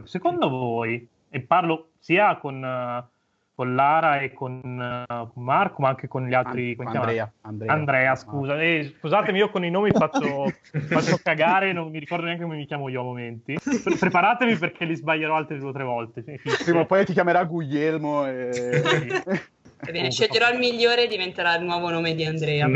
secondo voi, e parlo sia con Lara e con Marco, ma anche con gli altri, Andrea, scusa. Scusatemi, io con i nomi faccio cagare, non mi ricordo neanche come mi chiamo io a momenti. Preparatevi perché li sbaglierò altre 2 o 3 volte. Prima o poi ti chiamerà Guglielmo e... Bene, sceglierò il migliore e diventerà il nuovo nome di Andrea.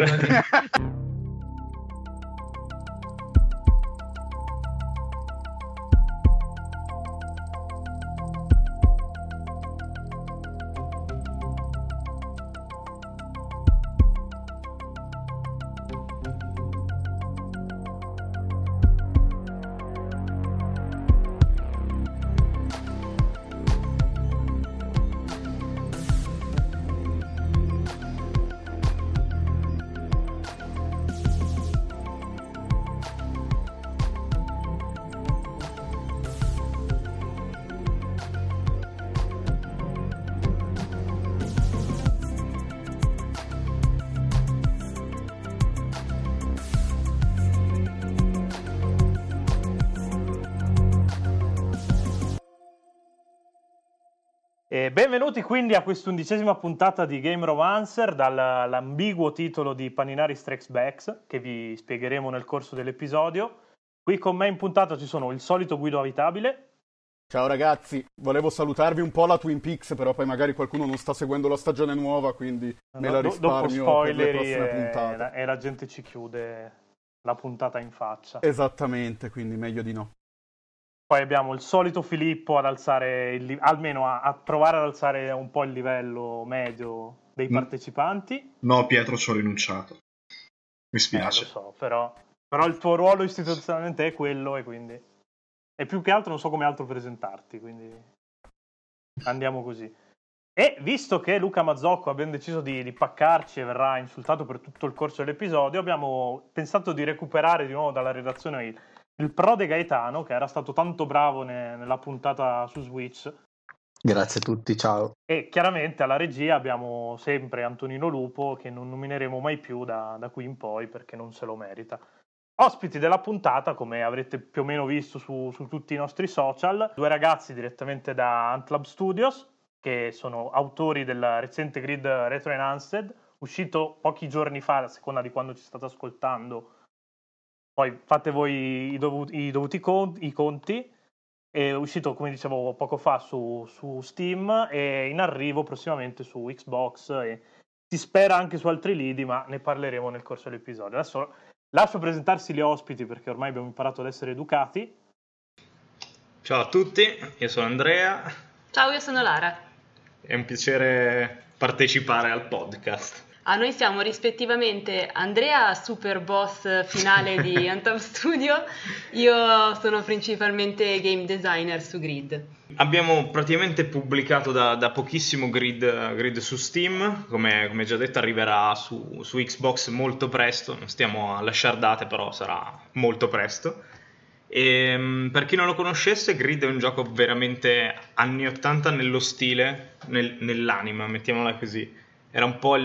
Benvenuti quindi a questa 11ª puntata di Game Romancer dall'ambiguo titolo di Paninari Strikes Back, che vi spiegheremo nel corso dell'episodio. Qui con me in puntata ci sono il solito Guido Avitabile. Ciao ragazzi, volevo salutarvi un po' la Twin Peaks, però poi magari qualcuno non sta seguendo la stagione nuova, quindi me la risparmio dopo per le prossime puntate. E la gente ci chiude la puntata in faccia. Esattamente, quindi meglio di no. Poi abbiamo il solito Filippo ad alzare almeno a provare ad alzare un po' il livello medio dei partecipanti. No, Pietro, ci ho rinunciato. Mi spiace. Lo so, però il tuo ruolo istituzionalmente è quello e quindi... E più che altro non so come altro presentarti, quindi andiamo così. E visto che Luca Mazzocco abbiamo deciso di paccarci e verrà insultato per tutto il corso dell'episodio, abbiamo pensato di recuperare di nuovo dalla redazione il prode Gaetano, che era stato tanto bravo nella puntata su Switch. Grazie a tutti, ciao. E chiaramente alla regia abbiamo sempre Antonino Lupo, che non nomineremo mai più da qui in poi perché non se lo merita. Ospiti della puntata, come avrete più o meno visto su tutti i nostri social, 2 ragazzi direttamente da Antlab Studios, che sono autori del recente Grid Retro Enhanced, uscito pochi giorni fa, a seconda di quando ci state ascoltando. Poi fate voi i dovuti conti. È uscito, come dicevo poco fa, su Steam e in arrivo prossimamente su Xbox e si spera anche su altri lidi, ma ne parleremo nel corso dell'episodio. Adesso lascio presentarsi gli ospiti perché ormai abbiamo imparato ad essere educati. Ciao a tutti, io sono Andrea. Ciao, io sono Lara. È un piacere partecipare al podcast. A noi siamo rispettivamente Andrea, super boss finale di Anthem Studio, io sono principalmente game designer su Grid. Abbiamo praticamente pubblicato da pochissimo Grid su Steam, come già detto arriverà su Xbox molto presto, non stiamo a lasciare date però sarà molto presto. E, per chi non lo conoscesse, Grid è un gioco veramente anni 80 nello stile, nell'anima, mettiamola così. Era un po'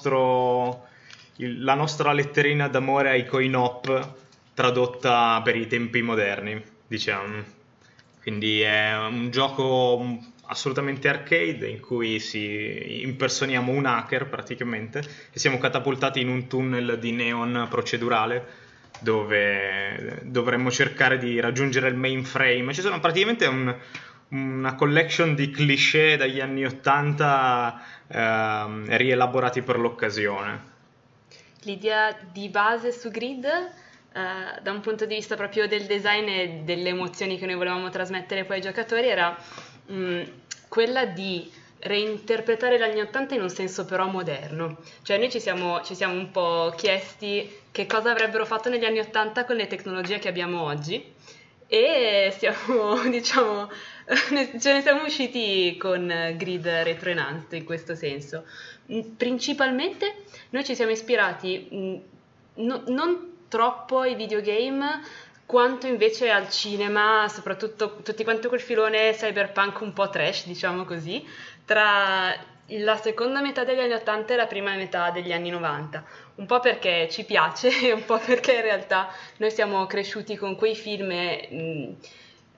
la nostra letterina d'amore ai coin-op tradotta per i tempi moderni, diciamo. Quindi è un gioco assolutamente arcade in cui impersoniamo un hacker praticamente e siamo catapultati in un tunnel di neon procedurale dove dovremmo cercare di raggiungere il mainframe. Ci sono praticamente una collection di cliché dagli anni 80 rielaborati per l'occasione. L'idea di base su Grid, da un punto di vista proprio del design e delle emozioni che noi volevamo trasmettere poi ai giocatori, era quella di reinterpretare gli anni 80 in un senso però moderno. Cioè noi ci siamo un po' chiesti che cosa avrebbero fatto negli anni 80 con le tecnologie che abbiamo oggi e ce ne siamo usciti con Grid Retro Enhanced in questo senso. Principalmente noi ci siamo ispirati non troppo ai videogame quanto invece al cinema, soprattutto tutti quanto quel filone cyberpunk un po' trash, diciamo così, tra la seconda metà degli anni 80 e la prima metà degli anni 90, un po' perché ci piace e un po' perché in realtà noi siamo cresciuti con quei film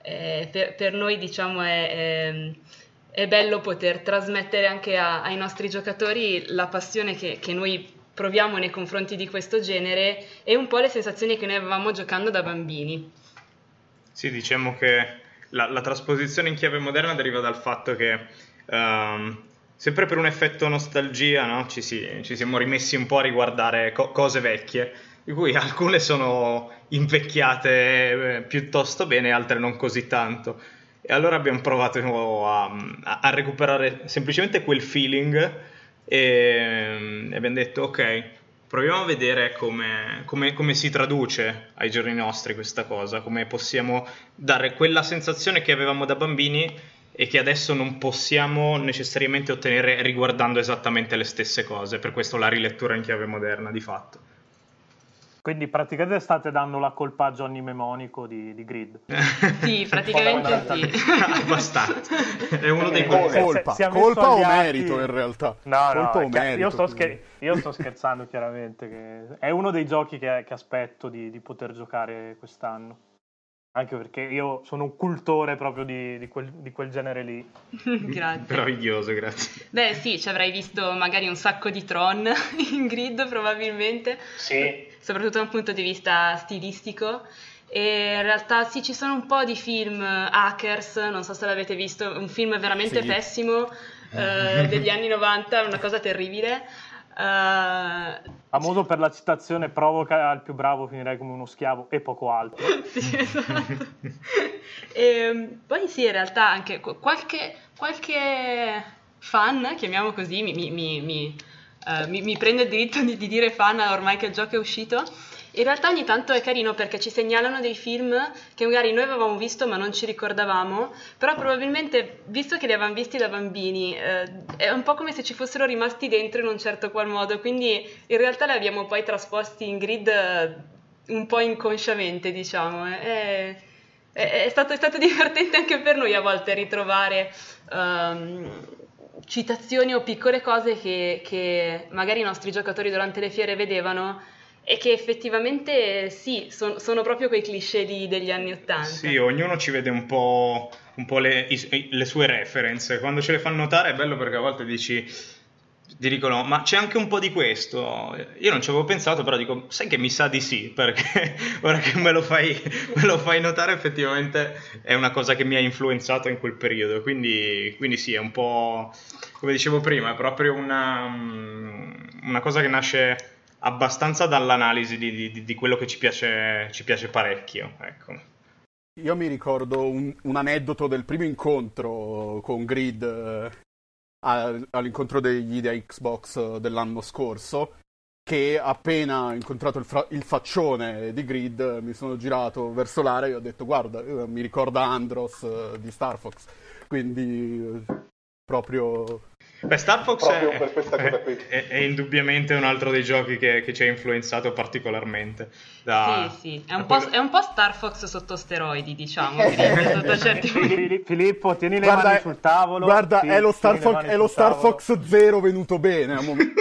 per noi diciamo è bello poter trasmettere anche ai nostri giocatori la passione che noi proviamo nei confronti di questo genere e un po' le sensazioni che noi avevamo giocando da bambini. Sì, diciamo che la trasposizione in chiave moderna deriva dal fatto che sempre per un effetto nostalgia, no? ci siamo rimessi un po' a riguardare cose vecchie, di cui alcune sono invecchiate piuttosto bene, altre non così tanto. E allora abbiamo provato a recuperare semplicemente quel feeling e abbiamo detto ok, proviamo a vedere come si traduce ai giorni nostri questa cosa, come possiamo dare quella sensazione che avevamo da bambini e che adesso non possiamo necessariamente ottenere riguardando esattamente le stesse cose. Per questo la rilettura in chiave moderna di fatto. Quindi praticamente state dando la colpa a Johnny Mnemonico di Grid. Sì, praticamente sì. Abbastanza. È uno dei colpa o merito in realtà? No, io sto scherzando chiaramente. Che è uno dei giochi che aspetto di poter giocare quest'anno. Anche perché io sono un cultore proprio di quel genere lì. Grazie. Meraviglioso, grazie. Beh sì, ci avrai visto magari un sacco di Tron in Grid probabilmente. Sì. Soprattutto da un punto di vista stilistico. E in realtà sì, ci sono un po' di film Hackers, non so se l'avete visto, un film veramente pessimo degli anni 90, una cosa terribile. Famoso per la citazione provoca al più bravo finirei come uno schiavo e poco altro. Sì, esatto. E poi sì, in realtà anche qualche fan, chiamiamo così, mi prende il diritto di dire fan ormai che il gioco è uscito. In realtà ogni tanto è carino perché ci segnalano dei film che magari noi avevamo visto ma non ci ricordavamo, però probabilmente, visto che li avevamo visti da bambini, è un po' come se ci fossero rimasti dentro in un certo qual modo, quindi in realtà li abbiamo poi trasposti in Grid un po' inconsciamente, diciamo. È stato divertente anche per noi a volte ritrovare citazioni o piccole cose che magari i nostri giocatori durante le fiere vedevano e che effettivamente sì, sono proprio quei cliché degli anni '80. Sì, ognuno ci vede un po' le sue reference. Quando ce le fanno notare è bello perché a volte ti dicono ma c'è anche un po' di questo. Io non ci avevo pensato, però dico sai che mi sa di sì, perché ora che me lo fai notare effettivamente è una cosa che mi ha influenzato in quel periodo. Quindi sì, è un po' come dicevo prima, è proprio una cosa che nasce abbastanza dall'analisi di quello che ci piace parecchio, ecco. Io mi ricordo un aneddoto del primo incontro con Grid all'incontro degli idea Xbox dell'anno scorso, che appena incontrato il faccione di Grid mi sono girato verso l'area e ho detto guarda, mi ricorda Andros di Star Fox, quindi proprio... Beh, Star Fox è indubbiamente un altro dei giochi che ci ha influenzato particolarmente. Sì, è un po' Star Fox sotto steroidi, diciamo. Sotto certi... Filippo, tieni le mani sul tavolo. Guarda, è lo Star Fox 0 venuto bene. No, non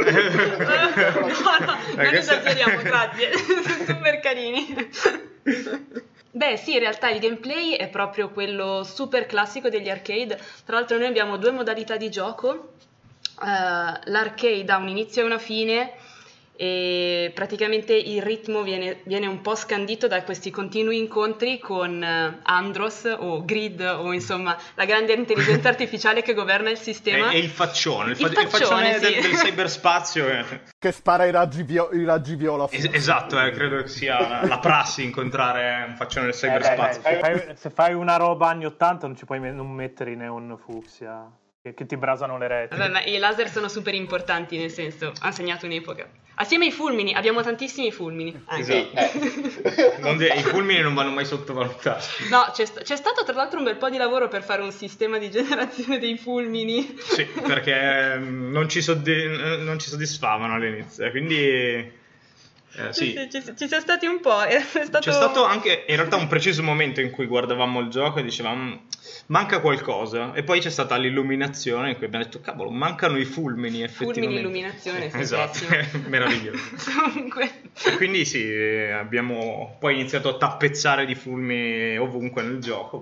esageriamo, grazie. Super carini. Beh sì, in realtà il gameplay è proprio quello super classico degli arcade. Tra l'altro noi abbiamo due modalità di gioco. L'arcade ha un inizio e una fine e praticamente il ritmo viene un po' scandito da questi continui incontri con Andros o Grid o insomma la grande intelligenza artificiale che governa il sistema. E il faccione, il faccione sì. del cyberspazio che spara i raggi viola. Esatto, credo che sia la prassi incontrare un faccione del cyberspazio. Se fai una roba anni 80 non ci puoi non mettere i neon fucsia che ti brasano le reti. Vabbè, ma i laser sono super importanti, nel senso, ha segnato un'epoca. Assieme ai fulmini, abbiamo tantissimi fulmini. Esatto. I fulmini non vanno mai sottovalutati. No, c'è stato tra l'altro un bel po' di lavoro per fare un sistema di generazione dei fulmini. Sì, perché non ci soddisfavano all'inizio, quindi... sì. Ci sono stati un po'. C'è stato anche in realtà un preciso momento in cui guardavamo il gioco e dicevamo manca qualcosa, e poi c'è stata l'illuminazione in cui abbiamo detto cavolo, mancano i fulmini effettivamente. Fulmini, illuminazione, sì, esatto, meraviglioso. Comunque. Quindi sì, abbiamo poi iniziato a tappezzare di fulmini ovunque nel gioco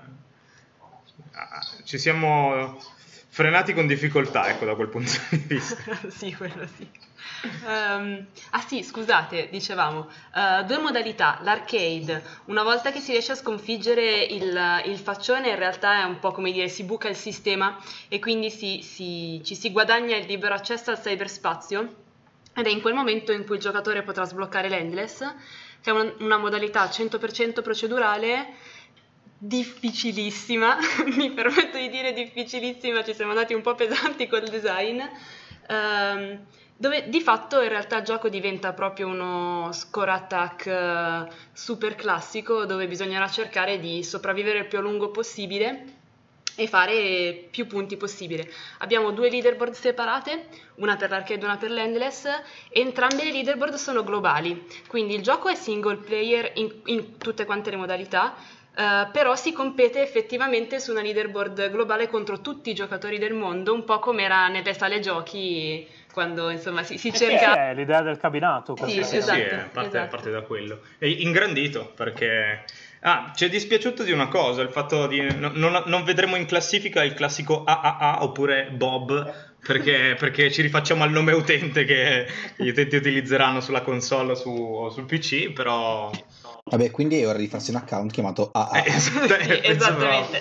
ci siamo frenati con difficoltà, ecco, da quel punto di vista. Sì, quello sì. Sì, scusate, dicevamo, due modalità, l'arcade, una volta che si riesce a sconfiggere il faccione, in realtà è un po' come dire, si buca il sistema e quindi ci si guadagna il libero accesso al cyberspazio, ed è in quel momento in cui il giocatore potrà sbloccare l'Endless, che è una modalità 100% procedurale, difficilissima, mi permetto di dire difficilissima, ci siamo andati un po' pesanti col design, dove di fatto in realtà il gioco diventa proprio uno score attack super classico, dove bisognerà cercare di sopravvivere il più a lungo possibile e fare più punti possibile. Abbiamo due leaderboard separate, una per l'arcade e una per l'endless, e entrambe le leaderboard sono globali, quindi il gioco è single player in tutte quante le modalità, però si compete effettivamente su una leaderboard globale contro tutti i giocatori del mondo, un po' come era nelle sale giochi quando insomma si cerca. Sì, è l'idea del cabinato. Sì, esatto, parte da quello. È ingrandito perché ci è dispiaciuto di una cosa, il fatto di non vedremo in classifica il classico AAA oppure Bob, perché ci rifacciamo al nome utente che gli utenti utilizzeranno sulla console o sul PC, però vabbè, quindi è ora di farsi un account chiamato AA. Esattamente.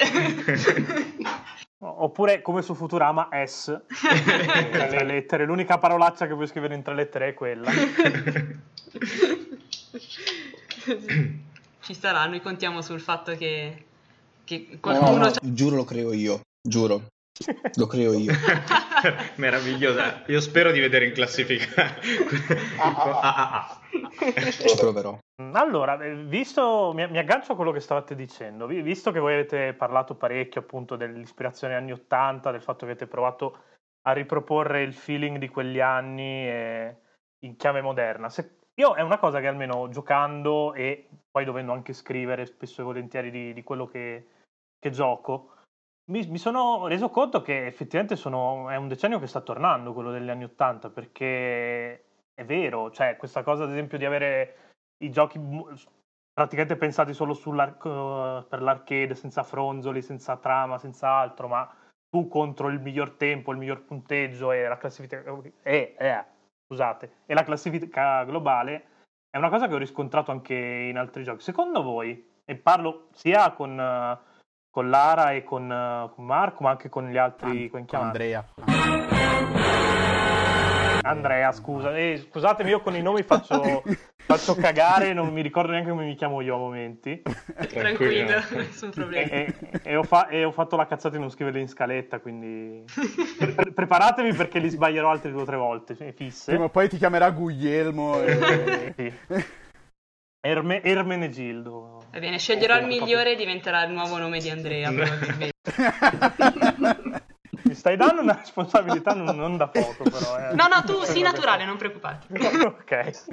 Oppure come su Futurama S, le lettere, l'unica parolaccia che puoi scrivere in 3 lettere è quella. Ci sarà, noi contiamo sul fatto che qualcuno... No, giuro lo creo io, giuro. Lo creo io. Meravigliosa. Io spero di vedere in classifica. Ci proverò. Allora, mi aggancio a quello che stavate dicendo, visto che voi avete parlato parecchio appunto dell'ispirazione anni 80, del fatto che avete provato a riproporre il feeling di quegli anni in chiave moderna. Io è una cosa che almeno giocando e poi dovendo anche scrivere spesso e volentieri di quello che gioco, mi sono reso conto che effettivamente è un decennio che sta tornando, quello degli anni 80, perché è vero, cioè questa cosa ad esempio di avere i giochi praticamente pensati solo per l'arcade, senza fronzoli, senza trama, senza altro, ma tu contro il miglior tempo, il miglior punteggio e la classifica e la classifica globale, è una cosa che ho riscontrato anche in altri giochi. Secondo voi, e parlo sia con Lara e con Marco, ma anche con gli altri, con Andrea, scusa. Scusatemi, io con i nomi faccio cagare, non mi ricordo neanche come mi chiamo io a momenti. Tranquillo, nessun problema. E ho fatto la cazzata di non scriverli in scaletta, quindi preparatevi perché li sbaglierò altre 2 o 3 volte, fisse. Prima o poi ti chiamerà Guglielmo. Sì. Ermenegildo. Va bene, sceglierò il migliore e diventerà il nuovo nome di Andrea, probabilmente. Mi stai dando una responsabilità non da poco, però. No, tu sii naturale, non preoccuparti. Ok.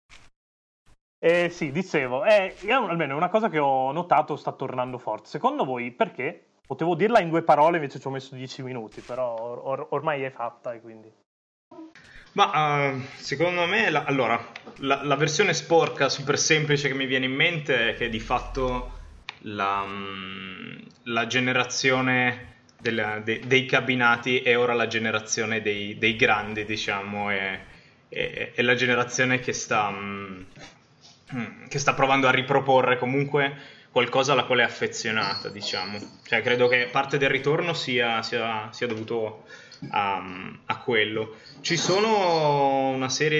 Sì, dicevo, io almeno una cosa che ho notato sta tornando forte. Secondo voi perché? Potevo dirla in 2 parole, invece ci ho messo 10 minuti, però ormai è fatta e quindi... Ma secondo me, la versione sporca, super semplice che mi viene in mente è che di fatto la generazione dei cabinati è ora la generazione dei grandi, diciamo, è la generazione che sta provando a riproporre comunque qualcosa alla quale è affezionata, diciamo. Cioè, credo che parte del ritorno sia dovuto a quello. Ci sono una serie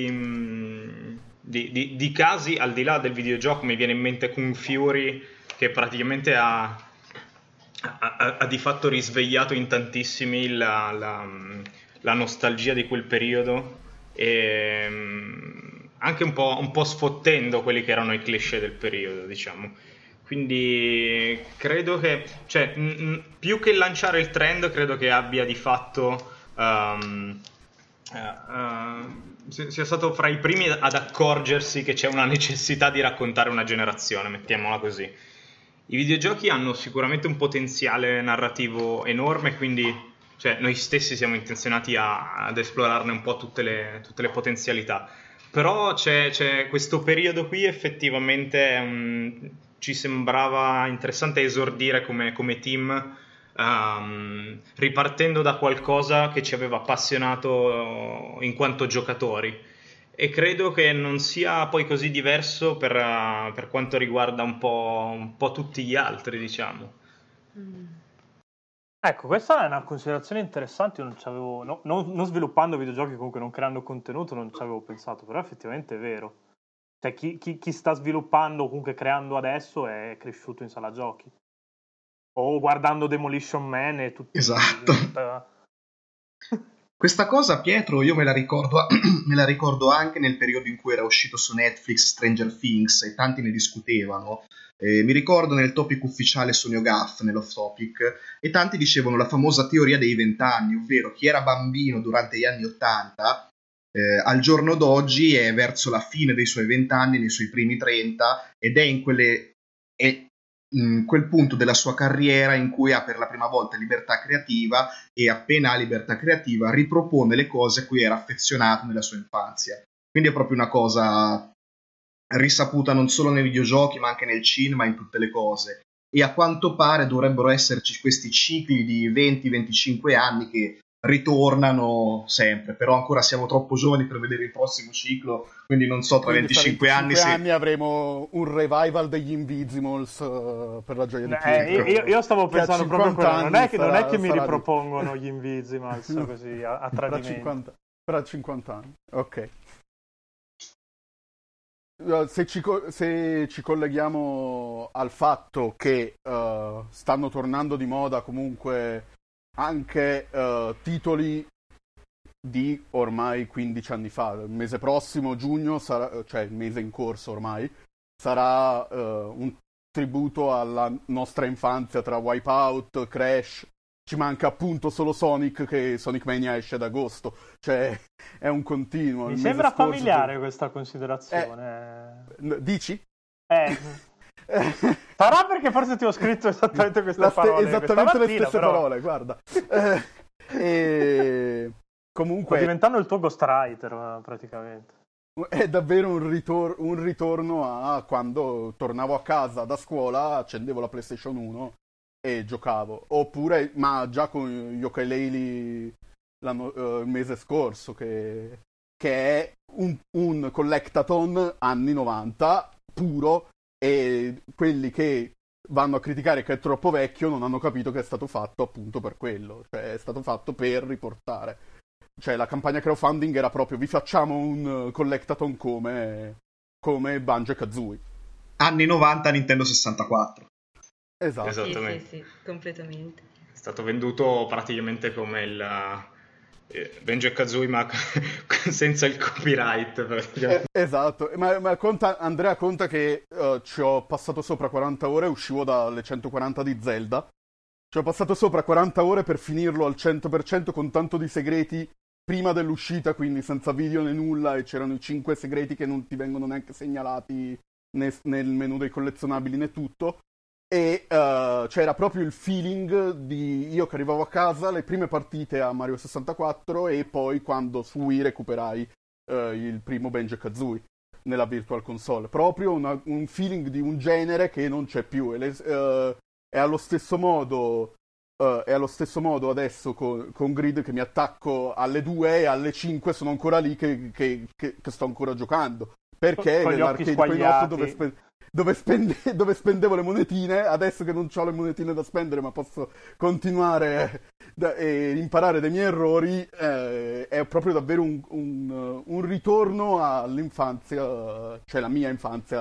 di casi al di là del videogioco. Mi viene in mente Kung Fury, che praticamente ha di fatto risvegliato in tantissimi la nostalgia di quel periodo, e anche un po' sfottendo quelli che erano i cliché del periodo, diciamo. Quindi credo che, cioè, più che lanciare il trend, credo che abbia di fatto sia stato fra i primi ad accorgersi che c'è una necessità di raccontare una generazione, mettiamola così. I videogiochi hanno sicuramente un potenziale narrativo enorme, quindi cioè, noi stessi siamo intenzionati ad esplorarne un po' tutte le potenzialità. Però c'è questo periodo qui effettivamente ci sembrava interessante esordire come team, ripartendo da qualcosa che ci aveva appassionato in quanto giocatori. E credo che non sia poi così diverso per quanto riguarda un po' tutti gli altri, diciamo. Ecco, questa è una considerazione interessante, io non ci avevo, non sviluppando videogiochi, comunque non creando contenuto, non ci avevo pensato, però effettivamente è vero. Cioè chi sta sviluppando, comunque creando adesso, è cresciuto in sala giochi. O guardando Demolition Man e tutti... Esatto. Questa cosa, Pietro, io me la ricordo anche nel periodo in cui era uscito su Netflix Stranger Things e tanti ne discutevano. Mi ricordo nel topic ufficiale su NeoGAF, nell'off topic, e tanti dicevano la famosa teoria dei 20 anni, ovvero chi era bambino durante gli anni 80 al giorno d'oggi è verso la fine dei suoi 20 anni, nei suoi primi 30, ed è in quel punto della sua carriera in cui ha per la prima volta libertà creativa, e appena ha libertà creativa ripropone le cose a cui era affezionato nella sua infanzia. Quindi è proprio una cosa risaputa non solo nei videogiochi ma anche nel cinema, in tutte le cose, e a quanto pare dovrebbero esserci questi cicli di 20-25 anni che ritornano sempre, però ancora siamo troppo giovani per vedere il prossimo ciclo, quindi non so, tra 25 anni avremo un revival degli Invisimals per la gioia di Pietro. Io stavo pensando proprio a quello, non è che mi sarà ripropongono gli Invisimals così a tradimento. Per 50 anni, ok. Se ci colleghiamo al fatto che stanno tornando di moda comunque anche titoli di ormai 15 anni fa, il mese prossimo, giugno, cioè il mese in corso ormai, sarà un tributo alla nostra infanzia tra Wipeout, Crash. Ci manca appunto solo Sonic, che Sonic Mania esce ad agosto, cioè è un continuo. Mi sembra familiare questa considerazione. Dici? Sarà perché forse ti ho scritto esattamente queste parole. Esattamente le stesse parole, guarda. Comunque... Sto diventando il tuo ghostwriter, praticamente. È davvero un ritorno a quando tornavo a casa da scuola, accendevo la PlayStation 1 e giocavo. Oppure, ma già con Yooka-Laylee il mese scorso, che è un collectathon anni 90 puro, e quelli che vanno a criticare che è troppo vecchio non hanno capito che è stato fatto appunto per quello, cioè è stato fatto per riportare, cioè la campagna crowdfunding era proprio vi facciamo un collectathon come Banjo e Kazooie. Anni 90 Nintendo 64. Esatto. Esattamente. Sì, completamente. È stato venduto praticamente come il Banjo e Kazooie ma senza il copyright. Esatto, ma Andrea conta che ci ho passato sopra 40 ore, uscivo dalle 140 di Zelda, ci ho passato sopra 40 ore per finirlo al 100% con tanto di segreti prima dell'uscita, quindi senza video né nulla, e c'erano i 5 segreti che non ti vengono neanche segnalati nel menu dei collezionabili né tutto. E c'era proprio il feeling di io che arrivavo a casa, le prime partite a Mario 64, e poi quando su Wii recuperai il primo Banjo Kazooie nella Virtual Console. Proprio un feeling di un genere che non c'è più. È allo stesso modo adesso con Grid, che mi attacco alle 2 e alle 5 sono ancora lì che sto ancora giocando. Perché con nell'arcade coin-op dove spendevo le monetine, adesso che non ho le monetine da spendere ma posso continuare e imparare dai miei errori, è proprio davvero un ritorno all'infanzia, cioè la mia infanzia,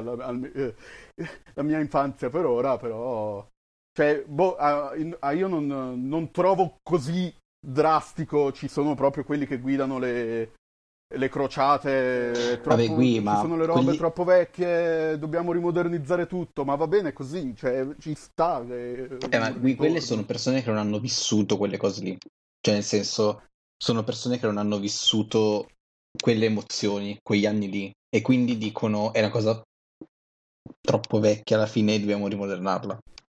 la mia infanzia per ora, però cioè, io non trovo così drastico. Ci sono proprio quelli che guidano le crociate troppo, ci sono le robe troppo vecchie, dobbiamo rimodernizzare tutto, ma va bene così, cioè ci sta. Ma quelle sono persone che non hanno vissuto quelle cose lì, cioè nel senso sono persone che non hanno vissuto quelle emozioni, quegli anni lì, e quindi dicono è una cosa troppo vecchia, alla fine dobbiamo rimodernarla.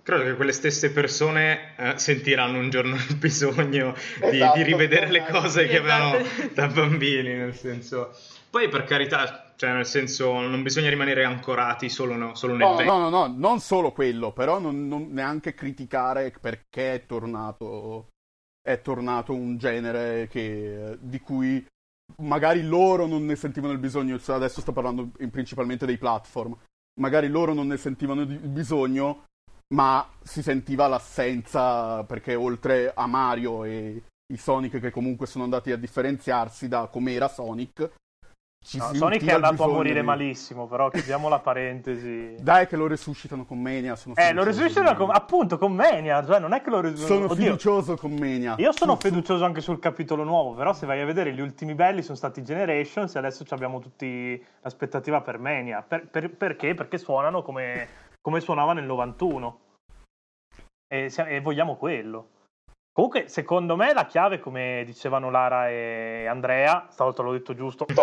credo che quelle stesse persone sentiranno un giorno il bisogno di rivedere le cose che avevano da bambini, nel senso. Poi per carità, cioè nel senso non bisogna rimanere ancorati solo nel vecchio. No, non solo quello, però non neanche criticare perché è tornato un genere di cui magari loro non ne sentivano il bisogno. Adesso sto parlando principalmente dei platform. Magari loro non ne sentivano il bisogno, ma si sentiva l'assenza, perché oltre a Mario e i Sonic che comunque sono andati a differenziarsi da com'era Sonic, Sonic è andato a morire malissimo, però chiudiamo la parentesi. Dai che lo resuscitano con Mania. Lo resuscitano appunto con Mania, cioè non è che lo resuscitano. Sono fiducioso con Mania. Io sono fiducioso anche sul capitolo nuovo, però se vai a vedere gli ultimi belli sono stati Generations e adesso abbiamo tutti l'aspettativa per Mania. Perché? Perché suonano come suonava nel 91 e vogliamo quello. Comunque, secondo me, la chiave, come dicevano Lara e Andrea, stavolta l'ho detto giusto, è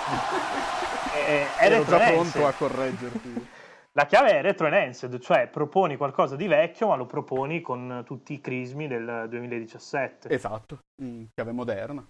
ero già pronto a correggerti. La chiave è retro-enhanced, cioè proponi qualcosa di vecchio, ma lo proponi con tutti i crismi del 2017. Esatto, chiave moderna.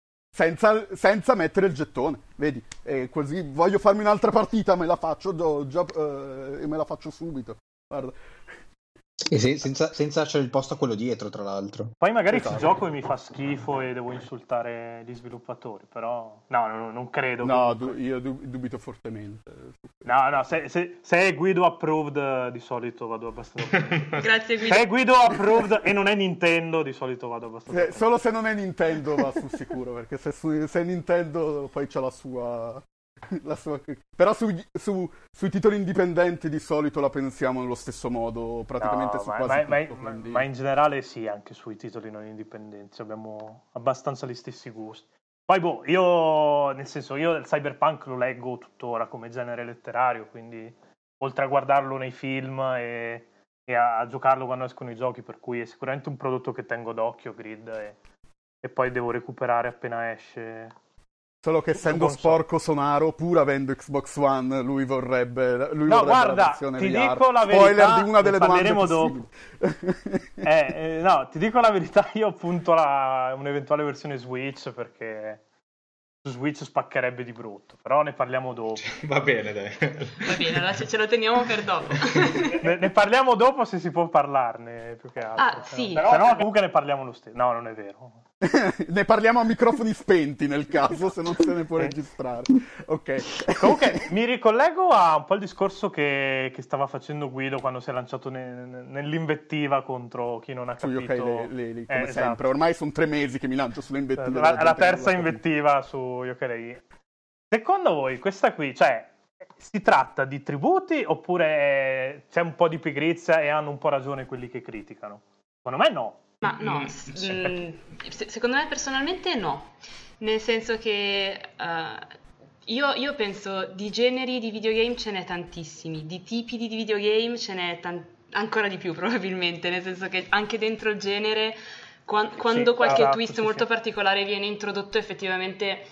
Senza mettere il gettone, vedi? E così voglio farmi un'altra partita, me la faccio e me la faccio subito. Guarda. E senza lasciare il posto a quello dietro, tra l'altro. Poi magari ci gioco e mi fa schifo e devo insultare gli sviluppatori, però non credo. No, io dubito fortemente. No, se è Guido approved di solito vado abbastanza. Grazie Guido. Se è Guido approved e non è Nintendo di solito vado abbastanza. Solo se non è Nintendo va sul sicuro, perché se è Nintendo poi c'ha la sua... Però sui titoli indipendenti di solito la pensiamo nello stesso modo, praticamente su quasi tutto, quindi... ma in generale sì, anche sui titoli non indipendenti abbiamo abbastanza gli stessi gusti. Poi io il Cyberpunk lo leggo tuttora come genere letterario, quindi oltre a guardarlo nei film e a giocarlo quando escono i giochi, per cui è sicuramente un prodotto che tengo d'occhio, Grid, e poi devo recuperare appena esce. Solo che essendo sporco sonaro, pur avendo Xbox One, lui vorrebbe guarda, la versione ti VR. dico la verità, spoiler di una delle domande dopo. No, ti dico la verità, io punto un'eventuale versione Switch, perché su Switch spaccherebbe di brutto, però ne parliamo dopo. Va bene, dai. Va bene, allora ce lo teniamo per dopo. ne parliamo dopo, se si può parlarne, più che altro. Sì. Però comunque ne parliamo lo stesso. No, non è vero. Ne parliamo a microfoni spenti nel caso, se non se ne può registrare. Ok. Comunque mi ricollego a un po' il discorso che stava facendo Guido quando si è lanciato nell'invettiva contro chi non ha capito. Come sempre. Ormai sono 3 mesi che mi lancio sulle invettive. La terza invettiva su Yooka-Laylee. Secondo voi questa qui, cioè, si tratta di tributi oppure c'è un po' di pigrizia e hanno un po' ragione quelli che criticano? Secondo me no. Ma no, secondo me personalmente no, nel senso che io penso di generi di videogame ce n'è tantissimi, di tipi di videogame ce n'è ancora di più probabilmente, nel senso che anche dentro il genere quando qualche twist molto particolare viene introdotto effettivamente...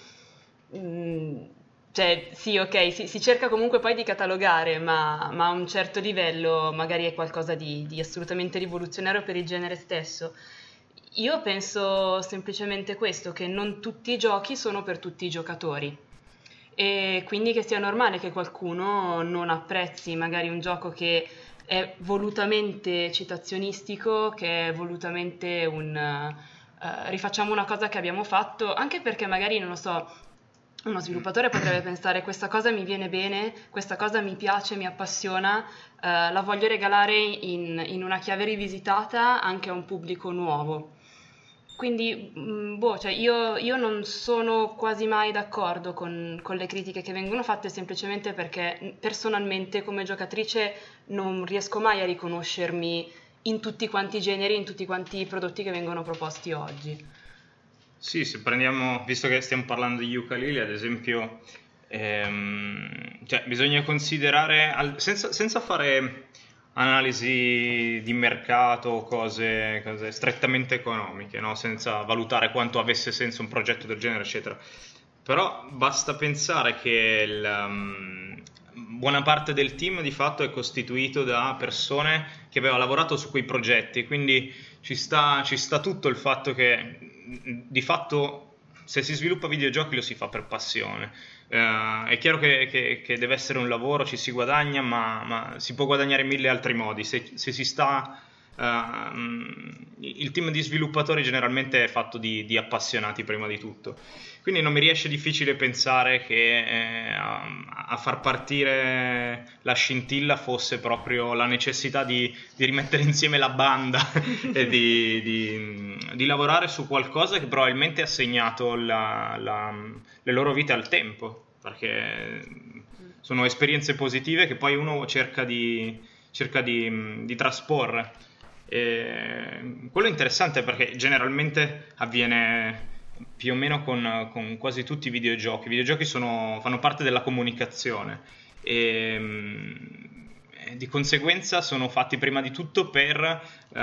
Cioè, sì, ok, si cerca comunque poi di catalogare, ma a un certo livello magari è qualcosa di assolutamente rivoluzionario per il genere stesso. Io penso semplicemente questo, che non tutti i giochi sono per tutti i giocatori e quindi che sia normale che qualcuno non apprezzi magari un gioco che è volutamente citazionistico, che è volutamente rifacciamo una cosa che abbiamo fatto, anche perché magari, non lo so, uno sviluppatore potrebbe pensare questa cosa mi viene bene, questa cosa mi piace, mi appassiona, la voglio regalare in una chiave rivisitata anche a un pubblico nuovo. Quindi, cioè io non sono quasi mai d'accordo con le critiche che vengono fatte, semplicemente perché personalmente come giocatrice non riesco mai a riconoscermi in tutti quanti i generi, in tutti quanti i prodotti che vengono proposti oggi. Sì, se prendiamo, visto che stiamo parlando di Yooka-Laylee, ad esempio, cioè bisogna considerare, senza fare analisi di mercato, cose strettamente economiche, no? Senza valutare quanto avesse senso un progetto del genere, eccetera. Però basta pensare che buona parte del team di fatto è costituito da persone che avevano lavorato su quei progetti, quindi ci sta tutto il fatto che di fatto se si sviluppa videogiochi lo si fa per passione. È chiaro che deve essere un lavoro, ci si guadagna, ma si può guadagnare in mille altri modi. Se si sta il team di sviluppatori generalmente è fatto di appassionati prima di tutto, quindi non mi riesce difficile pensare che a far partire la scintilla fosse proprio la necessità di rimettere insieme la banda e di lavorare su qualcosa che probabilmente ha segnato le loro vite al tempo, perché sono esperienze positive che poi uno cerca di trasporre. E quello è interessante perché generalmente avviene più o meno con quasi tutti i videogiochi. I videogiochi fanno parte della comunicazione e di conseguenza sono fatti prima di tutto per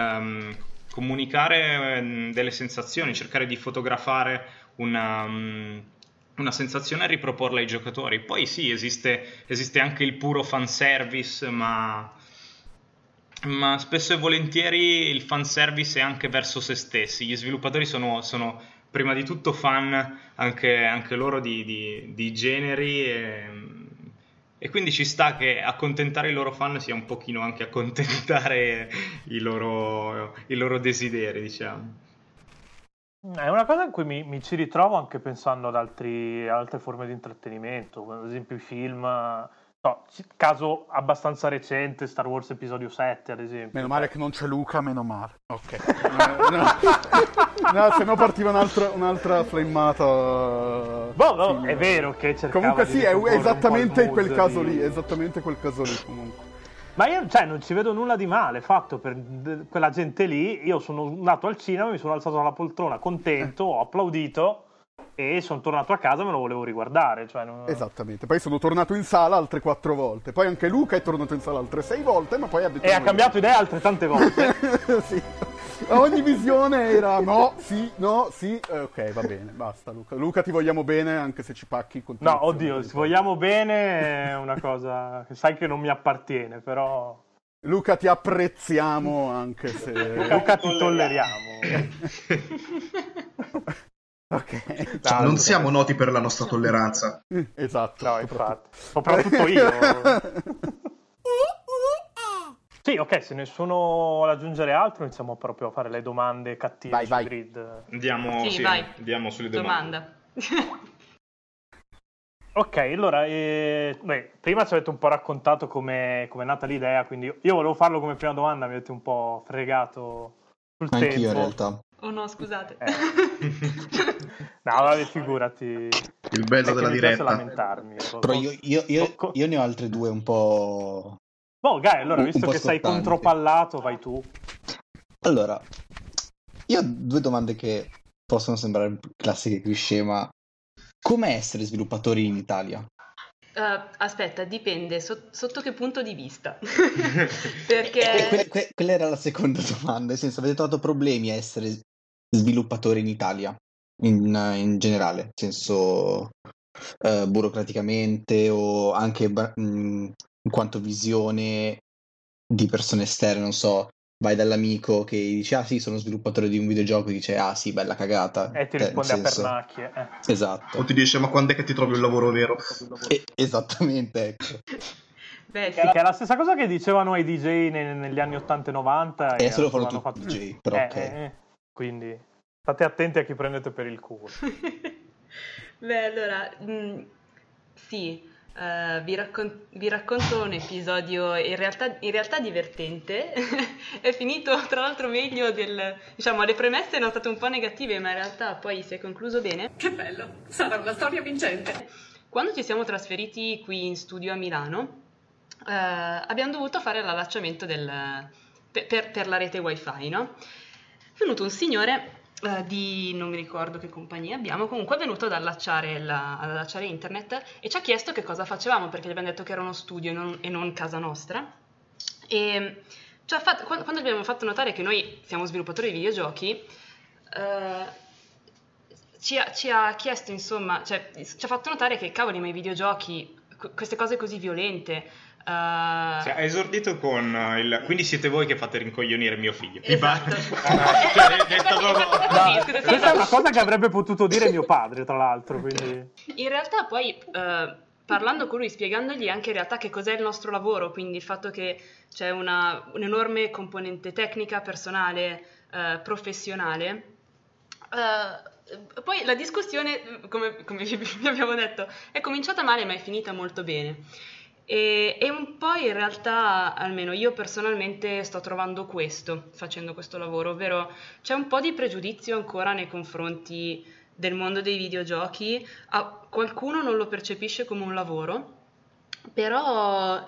comunicare delle sensazioni, cercare di fotografare una sensazione e riproporla ai giocatori. Poi sì, esiste anche il puro fanservice, ma spesso e volentieri il fanservice è anche verso se stessi. Gli sviluppatori sono prima di tutto fan anche loro di generi e quindi ci sta che accontentare i loro fan sia un pochino anche accontentare i loro desideri, diciamo. È una cosa in cui mi ci ritrovo anche pensando ad altre forme di intrattenimento, ad esempio i film. No, caso abbastanza recente, Star Wars Episodio 7, ad esempio. Meno male che non c'è Luca, meno male. Ok. No, se no partiva un'altra flemmata. No, è vero che cercava. Comunque sì, è esattamente quel caso di... lì, esattamente quel caso lì comunque. Ma io, non ci vedo nulla di male fatto per quella gente lì. Io sono andato al cinema, mi sono alzato dalla poltrona contento, ho applaudito e sono tornato a casa e me lo volevo riguardare. Esattamente, poi sono tornato in sala altre 4 volte, poi anche Luca è tornato in sala altre 6 volte, ma poi ha detto... E ha cambiato idea altrettante volte. Sì. Ogni visione era no, sì, ok, va bene, basta Luca. Luca, ti vogliamo bene anche se ci pacchi. No, oddio, ti vogliamo bene è una cosa che sai che non mi appartiene, però... Luca, ti apprezziamo anche se... Luca, ti tolleriamo. Ok. Non siamo noti per la nostra tolleranza. Esatto. No, infatti. Soprattutto io. Sì, ok, se nessuno vuole aggiungere altro, iniziamo proprio a fare le domande cattive vai. Grid. Andiamo sulle domande. Ok, allora, prima ci avete un po' raccontato come è nata l'idea, quindi io volevo farlo come prima domanda, mi avete un po' fregato sul tempo. Anch'io in realtà. Oh no, scusate. No, vabbè, figurati. Il bello della diretta. Lamentarmi. Però io ne ho altre due un po'... Oh, Gai, allora, visto che sei contropallato, vai tu. Allora, io ho due domande che possono sembrare classiche cliché, ma come essere sviluppatori in Italia? Aspetta, dipende sotto che punto di vista. Perché Quella era la seconda domanda, nel senso, avete trovato problemi a essere sviluppatori in Italia, in generale, nel senso burocraticamente o anche in quanto visione di persone esterne, non so, vai dall'amico che dice sì, sono sviluppatore di un videogioco, e dice sì, bella cagata, e ti risponde a pernacchie. Esatto. O ti dice ma quando è che ti trovi un lavoro vero? Esattamente, ecco. beh, Che è la stessa cosa che dicevano ai DJ negli anni 80 e 90 e adesso lo fanno hanno tutti DJ, però ok. Quindi state attenti a chi prendete per il culo. Beh, allora, sì, vi racconto un episodio in realtà divertente. È finito tra l'altro meglio diciamo, le premesse erano state un po' negative, ma in realtà poi si è concluso bene. Che bello, sarà una storia vincente. Quando ci siamo trasferiti qui in studio a Milano, abbiamo dovuto fare l'allacciamento per la rete wifi, no? È venuto un signore non mi ricordo che compagnia abbiamo, comunque è venuto ad allacciare internet e ci ha chiesto che cosa facevamo, perché gli abbiamo detto che era uno studio e non casa nostra, e quando gli abbiamo fatto notare che noi siamo sviluppatori di videogiochi, ci ha chiesto, insomma, ci ha fatto notare che cavoli, ma i videogiochi queste cose così violente. Ha esordito con il quindi siete voi che fate rincoglionire mio figlio. Esatto. Questa è una cosa che avrebbe potuto dire mio padre, tra l'altro. Quindi... In realtà poi, parlando con lui, spiegandogli anche in realtà che cos'è il nostro lavoro, quindi il fatto che c'è un'enorme componente tecnica, personale, professionale, poi la discussione, come vi abbiamo detto, è cominciata male ma è finita molto bene. E un po' in realtà, almeno io personalmente sto trovando questo, facendo questo lavoro, ovvero c'è un po' di pregiudizio ancora nei confronti del mondo dei videogiochi. Qualcuno non lo percepisce come un lavoro, però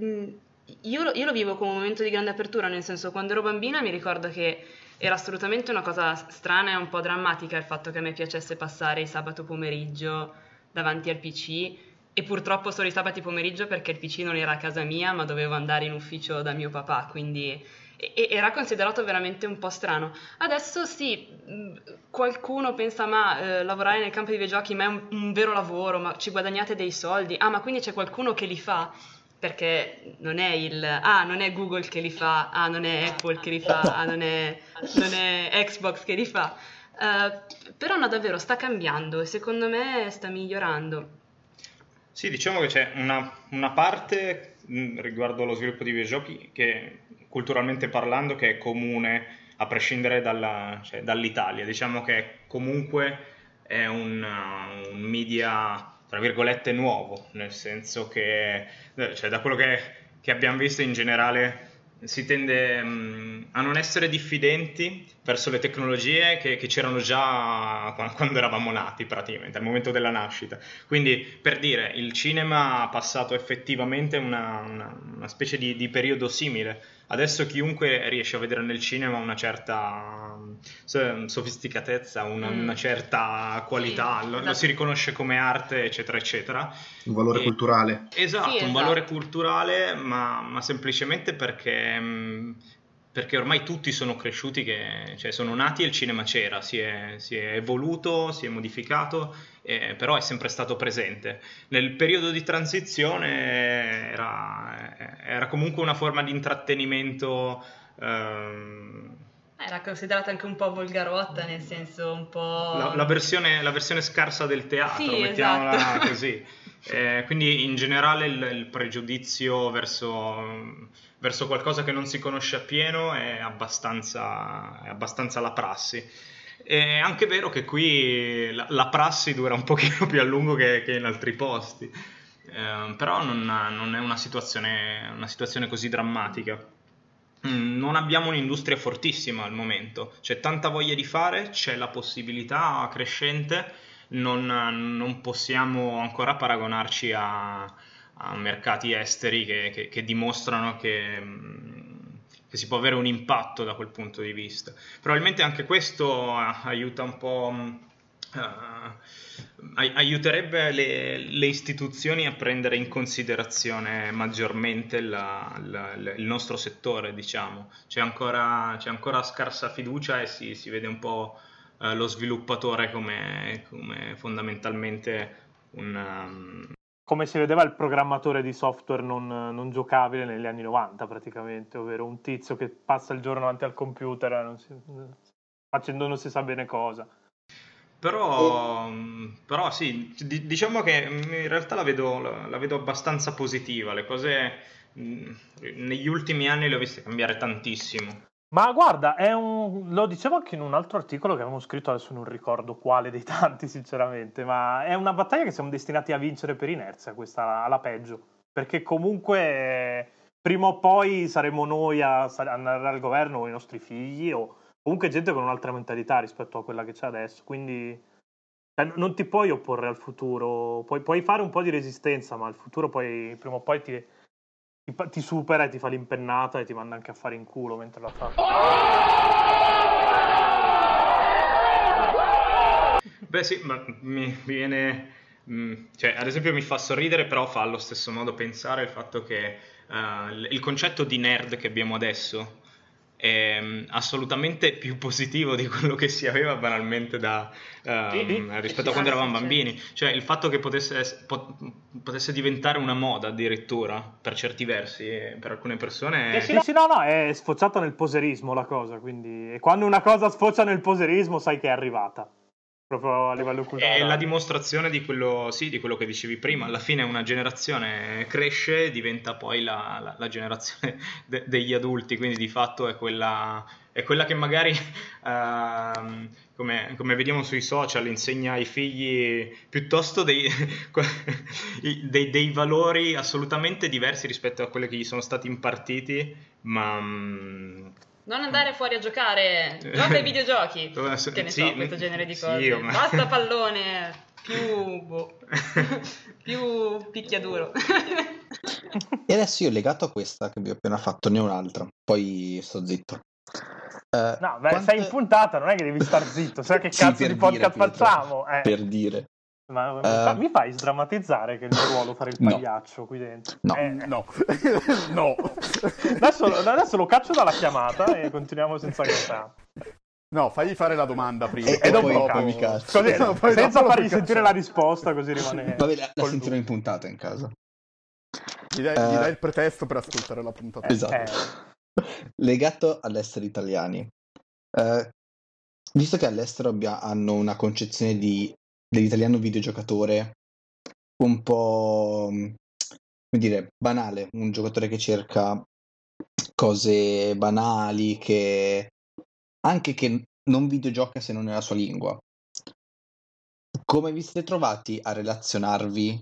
io lo vivo come un momento di grande apertura, nel senso, quando ero bambina mi ricordo che era assolutamente una cosa strana e un po' drammatica il fatto che a me piacesse passare il sabato pomeriggio davanti al PC, e purtroppo solo i sabati pomeriggio perché il PC non era a casa mia ma dovevo andare in ufficio da mio papà, quindi era considerato veramente un po' strano. Adesso sì, qualcuno pensa ma lavorare nel campo dei videogiochi ma è un vero lavoro, ma ci guadagnate dei soldi, ma quindi c'è qualcuno che li fa, perché non è non è Google che li fa, non è Apple che li fa, non è Xbox che li fa, però no, davvero sta cambiando e secondo me sta migliorando. Sì, diciamo che c'è una parte riguardo allo sviluppo di videogiochi che, culturalmente parlando, che è comune a prescindere dall'Italia. Diciamo che comunque è un media, tra virgolette, nuovo, nel senso che, da quello che abbiamo visto in generale, si tende a non essere diffidenti verso le tecnologie che c'erano già quando eravamo nati, praticamente al momento della nascita. Quindi, per dire, il cinema ha passato effettivamente una specie di periodo simile. Adesso chiunque riesce a vedere nel cinema una certa sofisticatezza, una certa qualità, sì, lo si riconosce come arte, eccetera, eccetera. Un valore culturale. Esatto, Sì, un esatto. valore culturale, ma semplicemente perché ormai tutti sono cresciuti, cioè sono nati e il cinema c'era, si è evoluto, si è modificato, però è sempre stato presente. Nel periodo di transizione era comunque una forma di intrattenimento. Era considerata anche un po' volgarotta, nel senso un po'... La versione scarsa del teatro, Sì, mettiamola esatto. così. Quindi in generale il pregiudizio verso qualcosa che non si conosce appieno è abbastanza la prassi. È anche vero che qui la prassi dura un pochino più a lungo che in altri posti, però non è una situazione così drammatica. Non abbiamo un'industria fortissima al momento, c'è tanta voglia di fare, c'è la possibilità crescente, non possiamo ancora paragonarci a mercati esteri che dimostrano che si può avere un impatto da quel punto di vista. Probabilmente anche questo aiuta un po', aiuterebbe le istituzioni a prendere in considerazione maggiormente il nostro settore, diciamo. C'è ancora scarsa fiducia e si vede un po' lo sviluppatore come fondamentalmente come si vedeva il programmatore di software non giocabile negli anni 90 praticamente, ovvero un tizio che passa il giorno davanti al computer facendo non si sa bene cosa. Però sì, diciamo che in realtà la vedo abbastanza positiva. Le cose negli ultimi anni le ho viste cambiare tantissimo. Ma guarda, lo dicevo anche in un altro articolo che avevamo scritto, adesso non ricordo quale dei tanti sinceramente, ma è una battaglia che siamo destinati a vincere per inerzia, questa alla peggio, perché comunque prima o poi saremo noi a andare al governo o i nostri figli o comunque gente con un'altra mentalità rispetto a quella che c'è adesso, quindi non ti puoi opporre al futuro, puoi fare un po' di resistenza, ma il futuro poi prima o poi ti supera e ti fa l'impennata e ti manda anche a fare in culo mentre la fa. Beh sì, ma mi viene... cioè, ad esempio mi fa sorridere, però fa allo stesso modo pensare il fatto che il concetto di nerd che abbiamo adesso è assolutamente più positivo di quello che si aveva banalmente rispetto a quando eravamo bambini. Cioè il fatto che potesse diventare una moda addirittura per certi versi, per alcune persone. Sì, no, è sfociata nel poserismo la cosa, quindi e quando una cosa sfocia nel poserismo sai che è arrivata. Proprio a livello culturale. È la dimostrazione di quello che dicevi prima. Alla fine una generazione cresce, diventa poi la generazione degli adulti, quindi di fatto è quella che magari, come vediamo sui social, insegna ai figli piuttosto dei valori assolutamente diversi rispetto a quelli che gli sono stati impartiti, ma... Non andare fuori a giocare, gioca ai videogiochi, che ne so, questo genere di cose. Basta pallone, più picchiaduro. E adesso io, legato a questa che vi ho appena fatto, ne ho un'altra, poi sto zitto. Sei in puntata, non è che devi star zitto, sai che cazzo di podcast facciamo? Per dire. Ma mi fai sdrammatizzare che è il mio ruolo fare il pagliaccio qui dentro? No. No. Adesso lo caccio dalla chiamata e continuiamo senza cazzare. No, fagli fare la domanda prima. E poi mi cazzo. Così, senza fargli sentire la risposta, così rimane... Vabbè, la sentirò in puntata in casa. Gli dai il pretesto per ascoltare la puntata. Esatto. Legato all'essere italiani. Visto che all'estero hanno una concezione dell'italiano videogiocatore un po', come dire, banale, un giocatore che cerca cose banali, che anche che non videogioca se non nella sua lingua. Come vi siete trovati a relazionarvi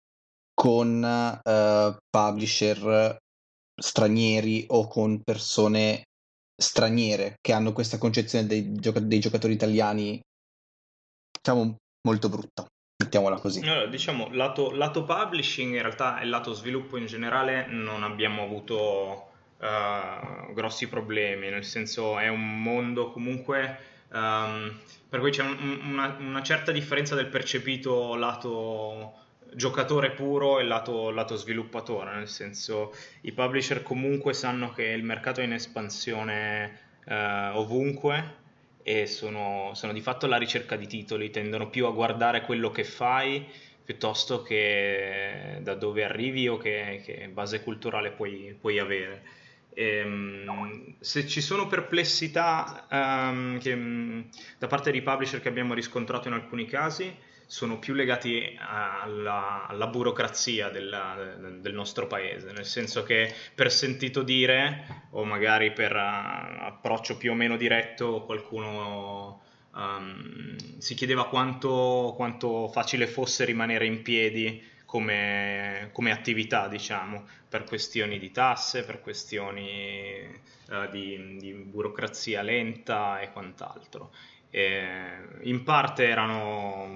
con publisher stranieri o con persone straniere che hanno questa concezione dei giocatori italiani, diciamo, molto brutta, mettiamola così? Allora, diciamo, lato publishing in realtà e lato sviluppo in generale non abbiamo avuto grossi problemi, nel senso è un mondo comunque per cui c'è una certa differenza del percepito lato giocatore puro e lato sviluppatore, nel senso i publisher comunque sanno che il mercato è in espansione ovunque e sono di fatto alla ricerca di titoli, tendono più a guardare quello che fai piuttosto che da dove arrivi o che base culturale puoi avere. Se ci sono perplessità da parte dei publisher che abbiamo riscontrato in alcuni casi, sono più legati alla burocrazia del nostro paese, nel senso che per sentito dire o magari per approccio più o meno diretto qualcuno si chiedeva quanto facile fosse rimanere in piedi come attività, diciamo, per questioni di tasse, per questioni di burocrazia lenta e quant'altro. In parte erano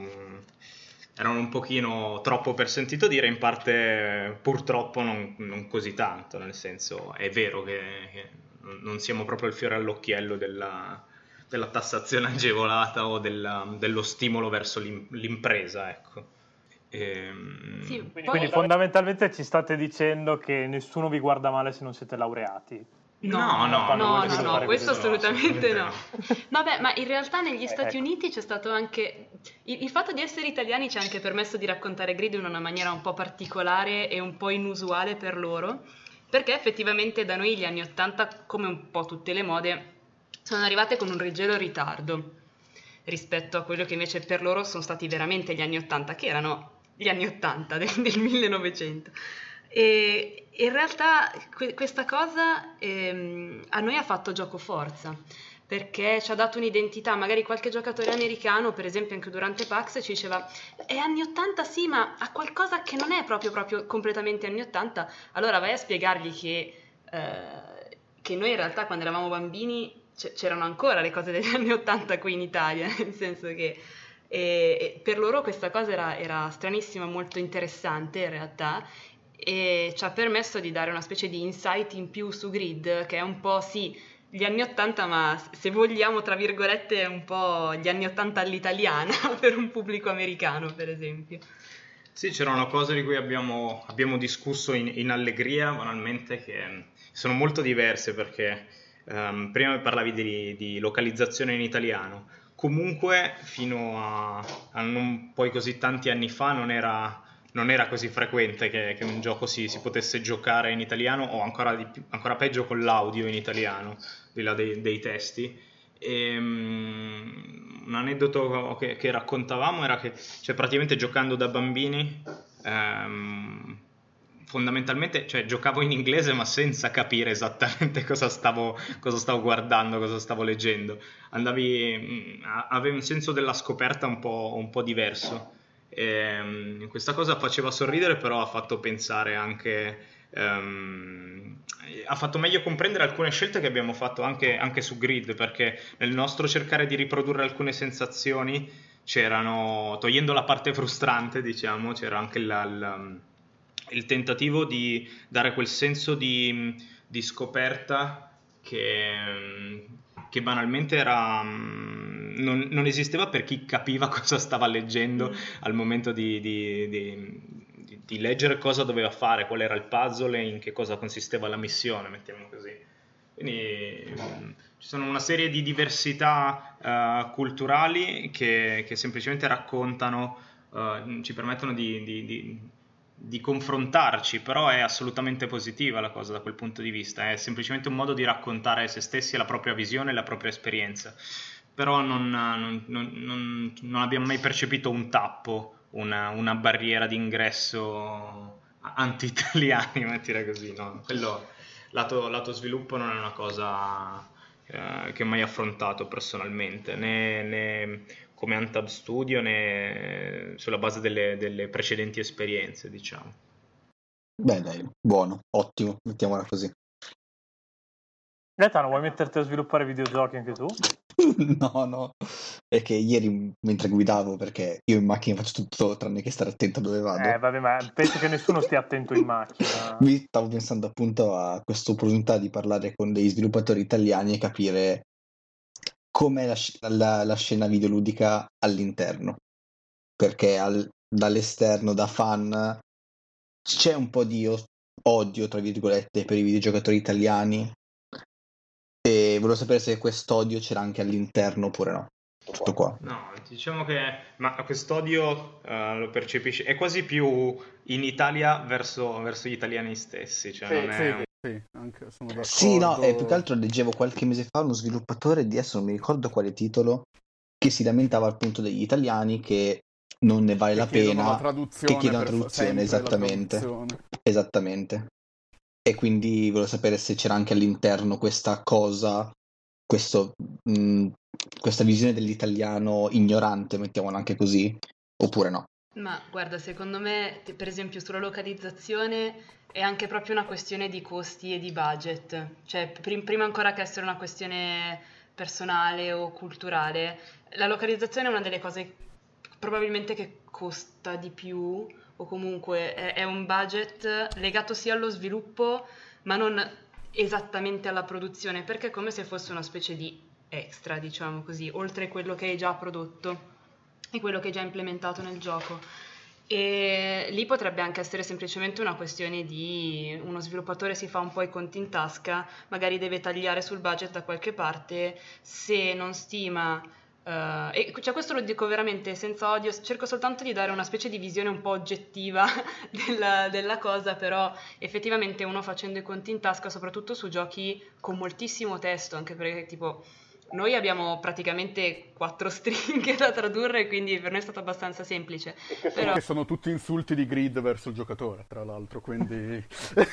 un pochino troppo per sentito dire, in parte purtroppo non così tanto, nel senso è vero che non siamo proprio il fiore all'occhiello della tassazione agevolata o dello stimolo verso l'impresa, ecco. Sì, Quindi fondamentalmente ci state dicendo che nessuno vi guarda male se non siete laureati. No, questo assolutamente no. Vabbè, ma in realtà negli Stati Uniti c'è stato anche il fatto di essere italiani ci ha anche permesso di raccontare Grid in una maniera un po' particolare e un po' inusuale per loro, perché effettivamente da noi gli anni '80, come un po' tutte le mode, sono arrivate con un leggero ritardo rispetto a quello che invece per loro sono stati veramente gli anni '80, che erano gli anni '80 del 1900. E in realtà questa cosa a noi ha fatto gioco forza, perché ci ha dato un'identità. Magari qualche giocatore americano, per esempio anche durante PAX, ci diceva è anni '80 sì, ma ha qualcosa che non è proprio completamente anni '80. Allora vai a spiegargli che noi in realtà quando eravamo bambini c'erano ancora le cose degli anni '80 qui in Italia, nel senso che per loro questa cosa era stranissima, molto interessante in realtà, e ci ha permesso di dare una specie di insight in più su Grid, che è un po' sì gli anni '80, ma se vogliamo tra virgolette è un po' gli anni '80 all'italiana per un pubblico americano, per esempio. Sì, c'erano cose di cui abbiamo discusso in allegria banalmente, che sono molto diverse, perché Prima parlavi di localizzazione in italiano. Comunque, fino a non poi così tanti anni fa non era così frequente che un gioco si potesse giocare in italiano, o ancora peggio con l'audio in italiano, di là dei testi. Un aneddoto che raccontavamo era che, cioè, praticamente giocando da bambini, fondamentalmente, cioè, giocavo in inglese ma senza capire esattamente cosa stavo guardando, cosa stavo leggendo. Avevi un senso della scoperta un po' diverso. Questa cosa faceva sorridere, però ha fatto pensare anche, ha fatto meglio comprendere alcune scelte che abbiamo fatto anche su Grid, perché nel nostro cercare di riprodurre alcune sensazioni c'erano, togliendo la parte frustrante, diciamo, c'era anche il tentativo di dare quel senso di scoperta che banalmente era, non esisteva per chi capiva cosa stava leggendo al momento di leggere cosa doveva fare, qual era il puzzle e in che cosa consisteva la missione, mettiamo così. Quindi ci sono una serie di diversità culturali che semplicemente raccontano, ci permettono di confrontarci, però è assolutamente positiva la cosa da quel punto di vista, è semplicemente un modo di raccontare se stessi, la propria visione e la propria esperienza, però non abbiamo mai percepito un tappo, una barriera d'ingresso anti-italiani, mettila così, no? Quello lato sviluppo non è una cosa che ho mai affrontato personalmente, né come Antab Studio né sulla base delle precedenti esperienze, diciamo. Beh, dai, buono, ottimo, mettiamola così. Gaetano, vuoi metterti a sviluppare videogiochi anche tu? No, è che ieri mentre guidavo, perché io in macchina faccio tutto tranne che stare attento a dove vado. Vabbè, ma penso che nessuno stia attento in macchina. Mi stavo pensando appunto a questa opportunità di parlare con degli sviluppatori italiani e capire com'è la scena videoludica all'interno, perché dall'esterno, da fan, c'è un po' di odio, tra virgolette, per i videogiocatori italiani, e volevo sapere se quest'odio c'era anche all'interno oppure no. Tutto qua. No, diciamo che quest'odio lo percepisci, è quasi più in Italia verso gli italiani stessi, cioè non è... Sì, anche sono d'accordo. Sì, no, più che altro leggevo qualche mese fa uno sviluppatore di adesso non mi ricordo quale titolo, che si lamentava appunto degli italiani che non ne vale la pena, che chiedono la traduzione, esattamente. E quindi volevo sapere se c'era anche all'interno questa cosa, questa visione dell'italiano ignorante, mettiamola anche così, oppure no. Ma guarda, secondo me, per esempio, sulla localizzazione è anche proprio una questione di costi e di budget. Cioè, prima ancora che essere una questione personale o culturale, la localizzazione è una delle cose probabilmente che costa di più, o comunque è un budget legato sia allo sviluppo, ma non esattamente alla produzione, perché è come se fosse una specie di extra, diciamo così, oltre quello che hai già prodotto e quello che hai già implementato nel gioco. E lì potrebbe anche essere semplicemente una questione di uno sviluppatore si fa un po' i conti in tasca, magari deve tagliare sul budget da qualche parte, se non stima e cioè questo lo dico veramente senza odio, cerco soltanto di dare una specie di visione un po' oggettiva della cosa, però effettivamente uno facendo i conti in tasca, soprattutto su giochi con moltissimo testo, anche perché tipo noi abbiamo praticamente 4 stringhe da tradurre, quindi per noi è stato abbastanza semplice. Però... Che sono tutti insulti di Grid verso il giocatore, tra l'altro, quindi...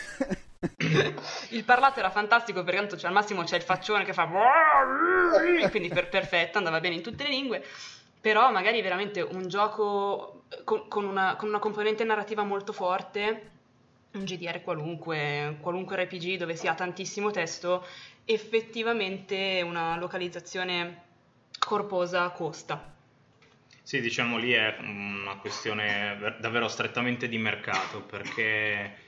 Il parlato era fantastico perché tanto al massimo c'è il faccione che fa quindi perfetto, andava bene in tutte le lingue, però magari veramente un gioco con una componente narrativa molto forte, un GDR qualunque RPG dove si ha tantissimo testo, effettivamente una localizzazione corposa costa. Sì, diciamo lì è una questione davvero strettamente di mercato, perché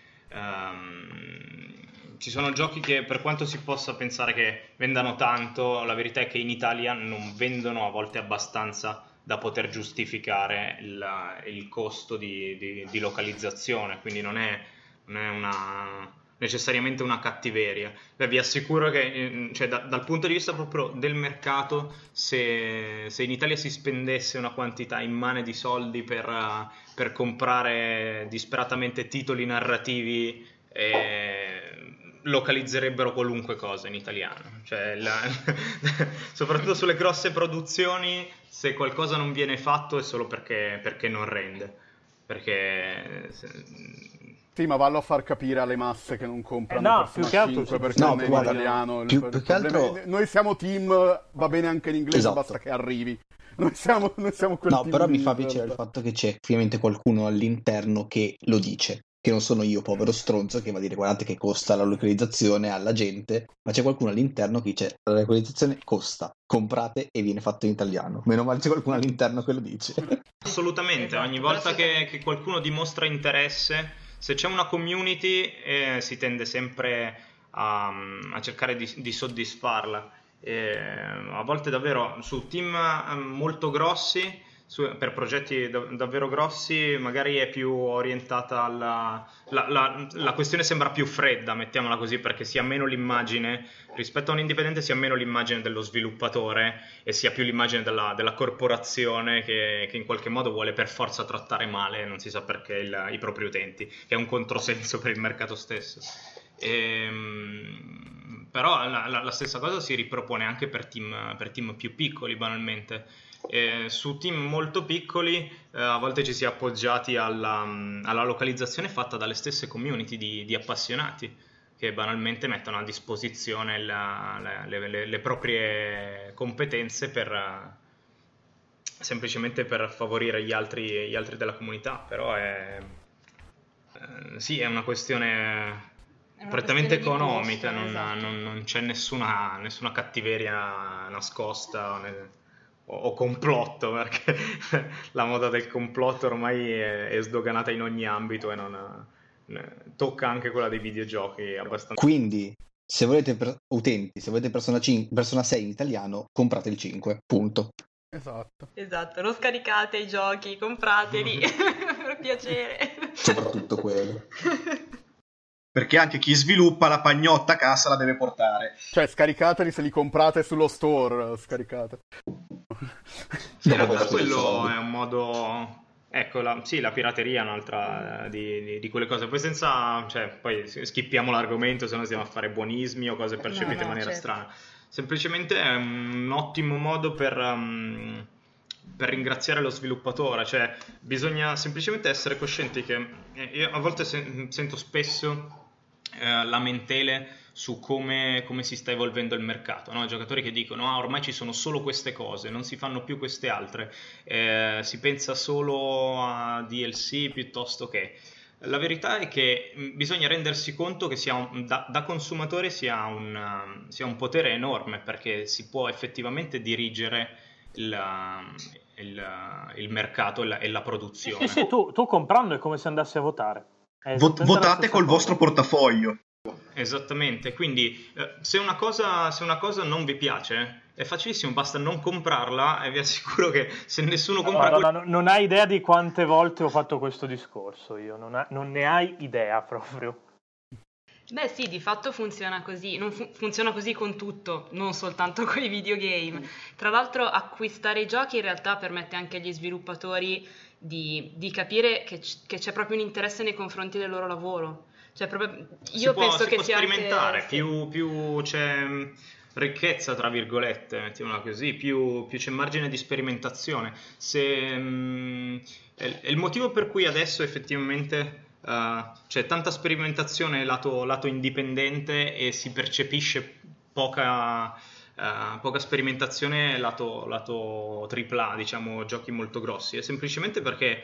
ci sono giochi che, per quanto si possa pensare che vendano tanto, la verità è che in Italia non vendono a volte abbastanza da poter giustificare il costo di localizzazione, quindi non è necessariamente una cattiveria. Beh, vi assicuro che cioè, dal punto di vista proprio del mercato, se in Italia si spendesse una quantità immane di soldi per comprare disperatamente titoli narrativi, localizzerebbero qualunque cosa in italiano, cioè soprattutto sulle grosse produzioni, se qualcosa non viene fatto è solo perché non rende, perché sì, ma vallo a far capire alle masse che non comprano no, Persona più che altro 5 sì. perché No, non è in guarda, italiano. più che altro- Noi siamo team, va bene anche in inglese, Esatto. basta che arrivi. Noi siamo quel No, team però mi lì, fa in piacere il realtà. fatto che c'è effettivamente qualcuno all'interno che lo dice, che non sono io, povero stronzo, che va a dire guardate che costa la localizzazione alla gente, ma c'è qualcuno all'interno che dice la localizzazione costa, comprate e viene fatto in italiano. Meno male c'è qualcuno all'interno che lo dice. assolutamente, Esatto, ogni però volta secondo- che qualcuno dimostra interesse, se c'è una community, si tende sempre a cercare di soddisfarla. A volte davvero su team molto grossi, per progetti davvero grossi, magari è più orientata la questione sembra più fredda, mettiamola così, perché si ha meno l'immagine, rispetto a un indipendente si ha meno l'immagine dello sviluppatore e si ha più l'immagine della corporazione che in qualche modo vuole per forza trattare male, non si sa perché, i propri utenti, che è un controsenso per il mercato stesso. Però la stessa cosa si ripropone anche per team più piccoli, banalmente. Su team molto piccoli a volte ci si è appoggiati alla localizzazione fatta dalle stesse community di appassionati che banalmente mettono a disposizione le proprie competenze semplicemente per favorire gli altri della comunità. Però sì, è una questione È una prettamente questione di economica, costo, esatto. non c'è nessuna cattiveria nascosta o complotto, perché la moda del complotto ormai è sdoganata in ogni ambito e tocca anche quella dei videogiochi abbastanza. Quindi, se volete utenti, se volete Persona 6 in italiano, comprate il 5, punto. Esatto. Esatto, non scaricate i giochi, comprateli, per piacere. Soprattutto quello. Perché anche chi sviluppa la pagnotta a casa la deve portare. Cioè, scaricateli se li comprate sullo store, scaricate. Sì, in Dopo realtà aver speso i quello soldi. è un modo. Ecco, sì, la pirateria è un'altra di quelle cose. Poi poi schippiamo l'argomento, se no stiamo a fare buonismi o cose percepite No, in maniera certo. strana. Semplicemente è un ottimo modo per ringraziare lo sviluppatore. Cioè, bisogna semplicemente essere coscienti che io a volte sento spesso lamentele su come si sta evolvendo il mercato, no? Giocatori che dicono ormai ci sono solo queste cose, non si fanno più queste altre, si pensa solo a DLC piuttosto che. La verità è che bisogna rendersi conto che da consumatore sia un potere enorme, perché si può effettivamente dirigere il mercato e la produzione. Sì, tu comprando è come se andassi a votare. È esattamente la Votate stessa col cosa. vostro portafoglio. Esattamente, quindi se una cosa non vi piace è facilissimo, basta non comprarla e vi assicuro che se nessuno compra Madonna, non hai idea di quante volte ho fatto questo discorso io, non ne hai idea proprio. Beh sì, di fatto funziona così, funziona così con tutto, non soltanto con i videogame. Tra l'altro acquistare i giochi in realtà permette anche agli sviluppatori di capire che c'è proprio un interesse nei confronti del loro lavoro. Cioè, proprio, io penso si che può sia sperimentare, anche... sì. più c'è ricchezza, tra virgolette, mettiamola così, più c'è margine di sperimentazione. È il motivo per cui adesso effettivamente c'è tanta sperimentazione lato indipendente e si percepisce poca sperimentazione lato AAA, diciamo giochi molto grossi. È semplicemente perché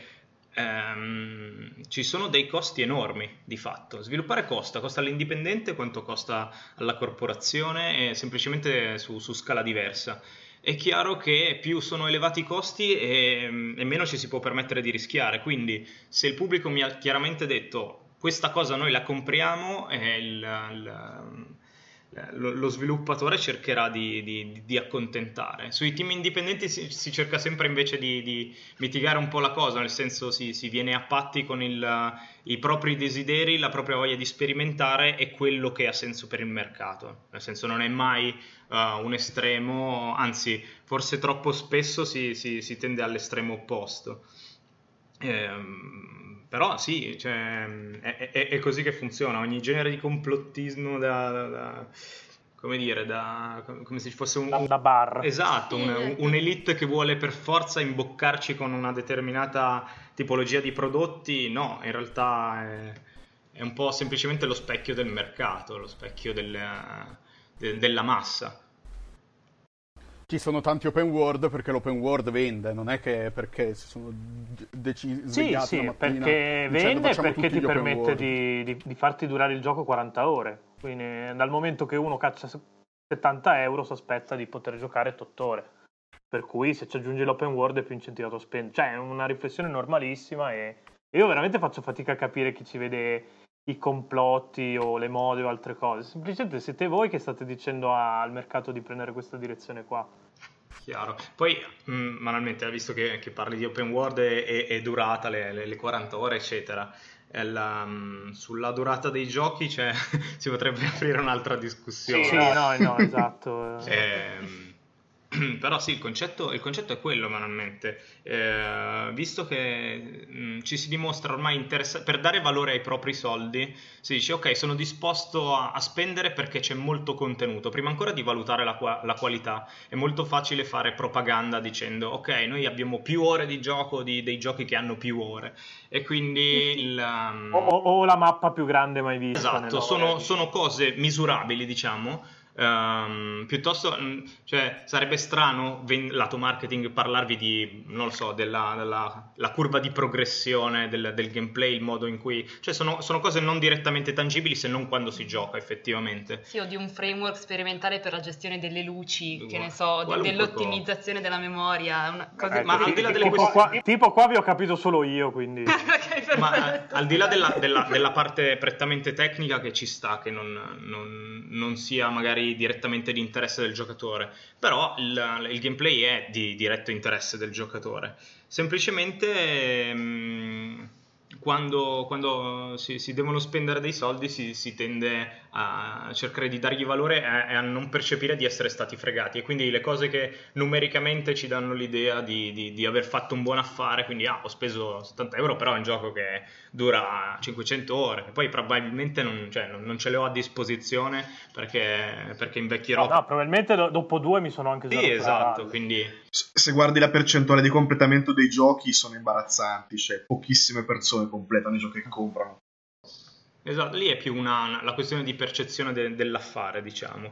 ci sono dei costi enormi di fatto. Sviluppare costa all'indipendente quanto costa alla corporazione, e semplicemente su scala diversa. È chiaro che più sono elevati i costi e meno ci si può permettere di rischiare. Quindi se il pubblico mi ha chiaramente detto questa cosa noi la compriamo, lo sviluppatore cercherà di accontentare. Sui team indipendenti si cerca sempre invece di mitigare un po' la cosa, nel senso si viene a patti con i propri desideri, la propria voglia di sperimentare e quello che ha senso per il mercato. Nel senso non è mai un estremo, anzi forse troppo spesso si tende all'estremo opposto. Però sì, cioè, è così che funziona. Ogni genere di complottismo come dire, come se ci fosse da bar. Esatto, un'elite che vuole per forza imboccarci con una determinata tipologia di prodotti. No, in realtà è un po' semplicemente lo specchio del mercato, lo specchio della massa. Ci sono tanti open world perché l'open world vende, non è che perché si sono decisi sì, perché vende e perché ti permette di farti durare il gioco 40 ore. Quindi dal momento che uno caccia 70 euro si aspetta di poter giocare 8 ore. Per cui se ci aggiungi l'open world è più incentivato a spendere. Cioè è una riflessione normalissima e io veramente faccio fatica a capire chi ci vede i complotti o le mode o altre cose. Semplicemente siete voi che state dicendo al mercato di prendere questa direzione qua. Chiaro. Poi banalmente, visto che parli di open world e durata, le 40 ore eccetera, sulla durata dei giochi si potrebbe aprire un'altra discussione. Sì, no, esatto. Però sì, il concetto è quello banalmente, visto che ci si dimostra ormai per dare valore ai propri soldi, si dice ok, sono disposto a spendere perché c'è molto contenuto. Prima ancora di valutare la qualità è molto facile fare propaganda dicendo ok, noi abbiamo più ore di gioco dei giochi che hanno più ore e quindi o la mappa più grande mai vista. Esatto, sono cose misurabili, diciamo. Piuttosto, cioè, sarebbe strano lato marketing parlarvi di, non lo so, della curva di progressione del gameplay, il modo in cui, cioè sono cose non direttamente tangibili se non quando si gioca effettivamente. Sì, o di un framework sperimentale per la gestione delle luci, che ne so, dell'ottimizzazione della memoria, ma al di là delle tipo qua vi ho capito solo io, quindi okay, ma al di là della parte prettamente tecnica che ci sta, che non sia magari direttamente di interesse del giocatore, però il gameplay è di diretto interesse del giocatore. Semplicemente quando si devono spendere dei soldi si tende a cercare di dargli valore e a non percepire di essere stati fregati, e quindi le cose che numericamente ci danno l'idea di aver fatto un buon affare, quindi ho speso 70 euro però è un gioco che dura 500 ore e poi probabilmente non ce le ho a disposizione perché invecchierò. No, probabilmente dopo 2 mi sono anche sì, esatto, quindi se guardi la percentuale di completamento dei giochi sono imbarazzanti, cioè pochissime persone completano i giochi che comprano. Esatto, lì è più la questione di percezione dell'affare, diciamo.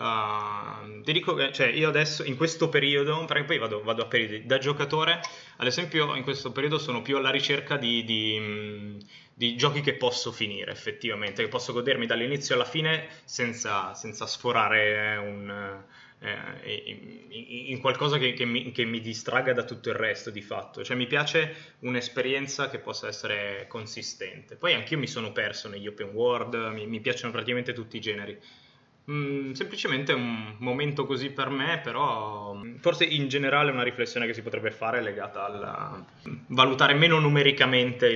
Ti dico che cioè, io adesso in questo periodo, perché poi vado a periodi, da giocatore, ad esempio in questo periodo sono più alla ricerca di giochi che posso finire effettivamente, che posso godermi dall'inizio alla fine senza sforare in qualcosa che mi distragga da tutto il resto di fatto. Cioè mi piace un'esperienza che possa essere consistente. Poi anch'io mi sono perso negli open world, mi piacciono praticamente tutti i generi. Semplicemente un momento così per me, però forse in generale una riflessione che si potrebbe fare è legata al valutare meno numericamente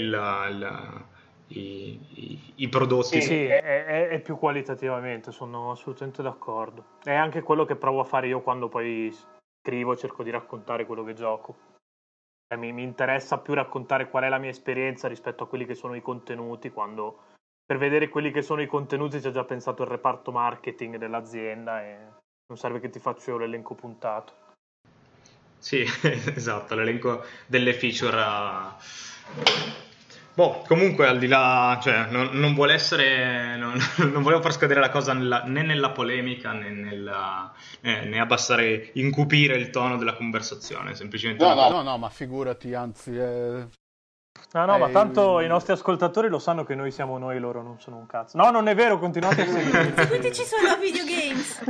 i prodotti. Sì, è più qualitativamente, sono assolutamente d'accordo. È anche quello che provo a fare io quando poi scrivo, cerco di raccontare quello che gioco. Mi interessa più raccontare qual è la mia esperienza rispetto a quelli che sono i contenuti, quando per vedere quelli che sono i contenuti c'è già pensato il reparto marketing dell'azienda e non serve che ti faccio io l'elenco puntato. Sì, esatto, l'elenco delle feature. Comunque al di là, cioè, non vuole essere, non volevo far scadere la cosa né nella polemica né abbassare, incupire il tono della conversazione, semplicemente. No, ma figurati, anzi. No, ma tanto i nostri ascoltatori lo sanno che noi siamo noi, loro non sono un cazzo. No, non è vero, continuate a seguire. Seguiteci solo a Videogames.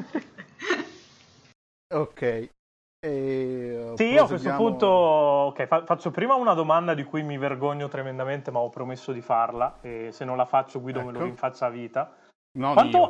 Ok. Sì, io a questo punto faccio prima una domanda di cui mi vergogno tremendamente, ma ho promesso di farla e se non la faccio Guido me lo rinfaccia a vita. No,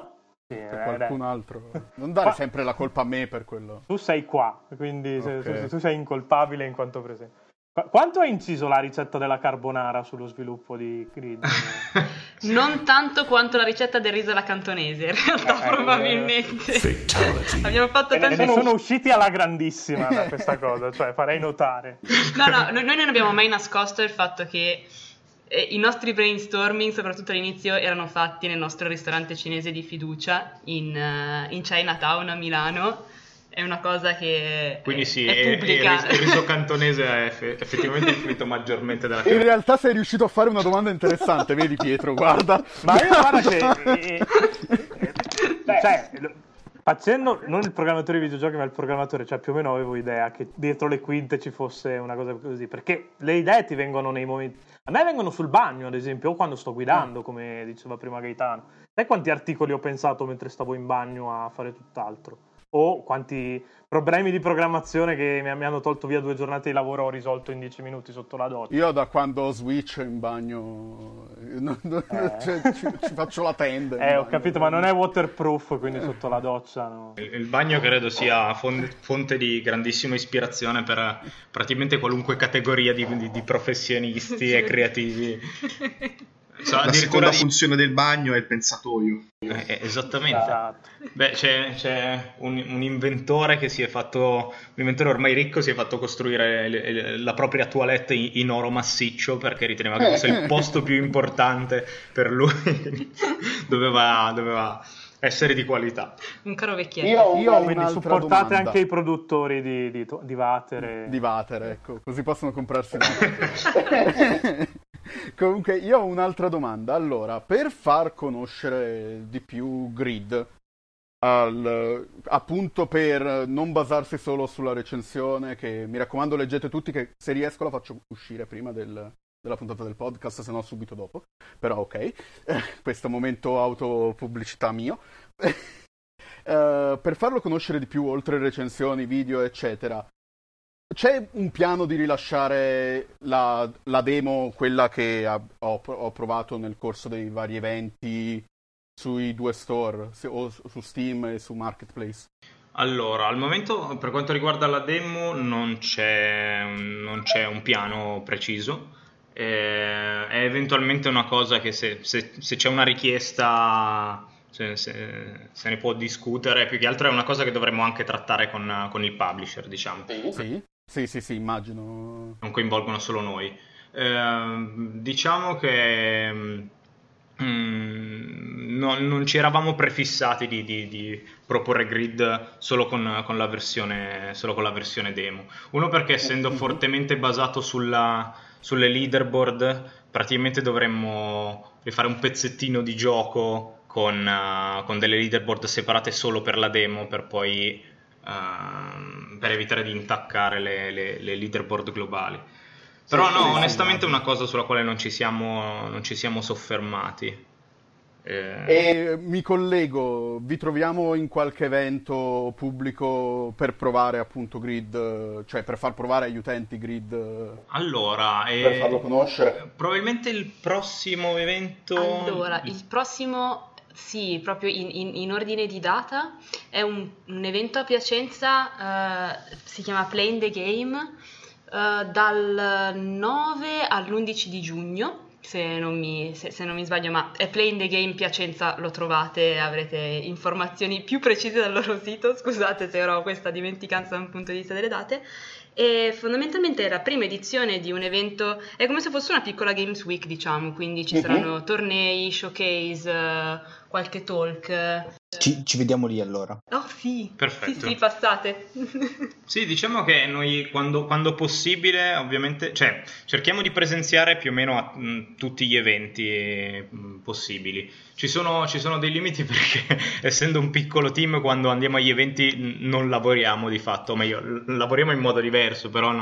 Sì, per qualcun altro. Non dare sempre la colpa a me per quello. Tu sei qua, quindi Ok. tu sei incolpabile in quanto presente. Quanto ha inciso la ricetta della carbonara sullo sviluppo di Grid? Non tanto quanto la ricetta del riso alla cantonese, in realtà probabilmente. Abbiamo fatto Ne tante... sono usciti alla grandissima da questa cosa, cioè farei notare. No, noi non abbiamo mai nascosto il fatto che i nostri brainstorming, soprattutto all'inizio, erano fatti nel nostro ristorante cinese di fiducia in Chinatown a Milano. È una cosa che Quindi sì, è pubblica. il riso cantonese è effettivamente influito maggiormente dalla In realtà sei riuscito a fare una domanda interessante, vedi Pietro, guarda. Ma io guarda che... cioè, facendo non il programmatore di videogiochi ma il programmatore, cioè più o meno avevo idea che dietro le quinte ci fosse una cosa così, perché le idee ti vengono nei momenti... A me vengono sul bagno, ad esempio, o quando sto guidando, come diceva prima Gaetano. Sai quanti articoli ho pensato mentre stavo in bagno a fare tutt'altro? O quanti problemi di programmazione che mi hanno tolto via 2 giornate di lavoro ho risolto in 10 minuti sotto la doccia. Io da quando ho Switch in bagno cioè, ci faccio la tenda. in Ho bagno. capito, ma non è waterproof, quindi sotto la doccia, no. Il bagno credo sia fonte di grandissima ispirazione per praticamente qualunque categoria di professionisti e creativi. La seconda funzione del bagno è il pensatoio. Esattamente. Esatto. Beh, c'è un inventore che si è fatto, un inventore ormai ricco, si è fatto costruire la propria toilette in oro massiccio perché riteneva che fosse il posto più importante per lui. doveva essere di qualità. Un caro vecchietto. Io ho Quindi un'altra supportate domanda. anche i produttori di Vatere. Di Vater, ecco, così possono comprarsi Vater. Comunque, io ho un'altra domanda. Allora, per far conoscere di più Grid, appunto per non basarsi solo sulla recensione, che mi raccomando leggete tutti, che se riesco la faccio uscire prima della puntata del podcast, se no subito dopo. Però ok, questo momento autopubblicità mio. Per farlo conoscere di più, oltre recensioni, video, eccetera, c'è un piano di rilasciare la demo, quella che ho provato nel corso dei vari eventi sui 2 store, o su Steam e su Marketplace? Allora, al momento per quanto riguarda la demo non c'è un piano preciso. È eventualmente una cosa che se c'è una richiesta se ne può discutere, più che altro è una cosa che dovremmo anche trattare con il publisher, diciamo. Sì, immagino. Non coinvolgono solo noi. Diciamo che non ci eravamo prefissati di proporre Grid solo con la versione demo. Uno perché essendo fortemente basato sulle leaderboard, praticamente dovremmo rifare un pezzettino di gioco con delle leaderboard separate solo per la demo, per poi per evitare di intaccare le leaderboard globali. Però no, onestamente è una cosa sulla quale non ci siamo soffermati. E mi collego, vi troviamo in qualche evento pubblico per provare appunto Grid, cioè per far provare agli utenti Grid? Allora, Per farlo conoscere? Probabilmente il prossimo evento... Allora, il prossimo... Sì, proprio in ordine di data, è un evento a Piacenza, si chiama Playing the Game, dal 9 all'11 di giugno, se non mi sbaglio, ma è Playing the Game Piacenza, lo trovate, avrete informazioni più precise dal loro sito, scusate se ero questa dimenticanza da un punto di vista delle date. E fondamentalmente è la prima edizione di un evento, è come se fosse una piccola Games Week, diciamo, quindi ci saranno tornei, showcase, qualche talk. Ci vediamo lì allora. Oh sì, perfetto. Sì, passate. Sì, diciamo che noi quando possibile, ovviamente, cioè cerchiamo di presenziare più o meno a tutti gli eventi possibili. Ci sono dei limiti perché essendo un piccolo team, quando andiamo agli eventi non lavoriamo di fatto, o meglio, lavoriamo in modo diverso, però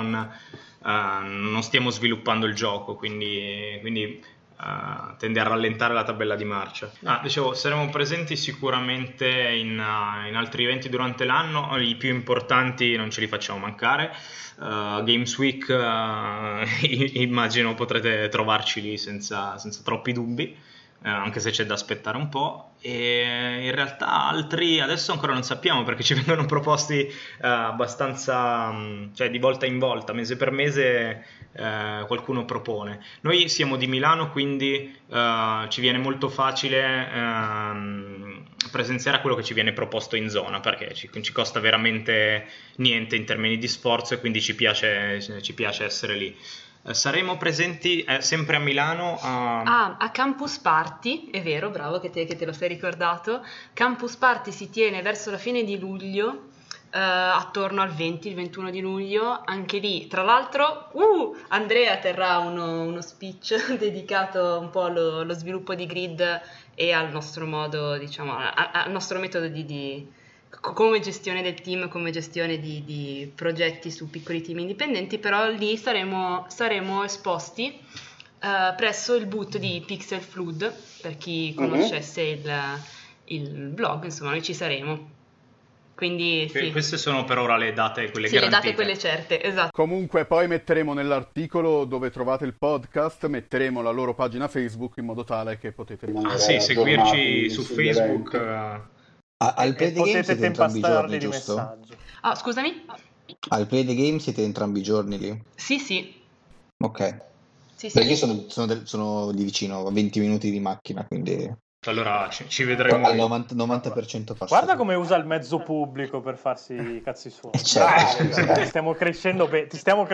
non stiamo sviluppando il gioco, quindi tende a rallentare la tabella di marcia. Dicevo, saremo presenti sicuramente in altri eventi durante l'anno, i più importanti non ce li facciamo mancare. Games Week immagino potrete trovarci lì senza troppi dubbi. anche se c'è da aspettare un po', e in realtà altri adesso ancora non sappiamo perché ci vengono proposti abbastanza, cioè di volta in volta, mese per mese qualcuno propone. Noi siamo di Milano, quindi ci viene molto facile presenziare a quello che ci viene proposto in zona, perché ci costa veramente niente in termini di sforzo e quindi ci piace essere lì. Saremo presenti sempre a Milano a Campus Party, è vero, bravo che te lo sei ricordato. Campus Party si tiene verso la fine di luglio, attorno al 20, il 21 di luglio, anche lì. Tra l'altro, Andrea terrà uno speech dedicato un po' allo sviluppo di Grid e al nostro modo, diciamo, al nostro metodo come gestione del team, come gestione di progetti su piccoli team indipendenti, però lì saremo esposti presso il boot di Pixel Flood, per chi conoscesse il blog, insomma noi ci saremo. Quindi sì. Queste sono per ora le date, quelle sì, garantite. Le date quelle certe, esatto. Comunque poi metteremo nell'articolo dove trovate il podcast, metteremo la loro pagina Facebook in modo tale che potete rimanere seguirci su Facebook. Al Play the Game siete entrambi i giorni, di giusto? messaggio. Scusami? Al Play the Game siete entrambi i giorni lì? Sì. Ok. Sì. Perché io sono di vicino, a 20 minuti di macchina, quindi... Allora ci vedremo. Al 90% passato. Guarda come usa il mezzo pubblico per farsi i cazzi suoi. Certo. Ti stiamo crescendo bene.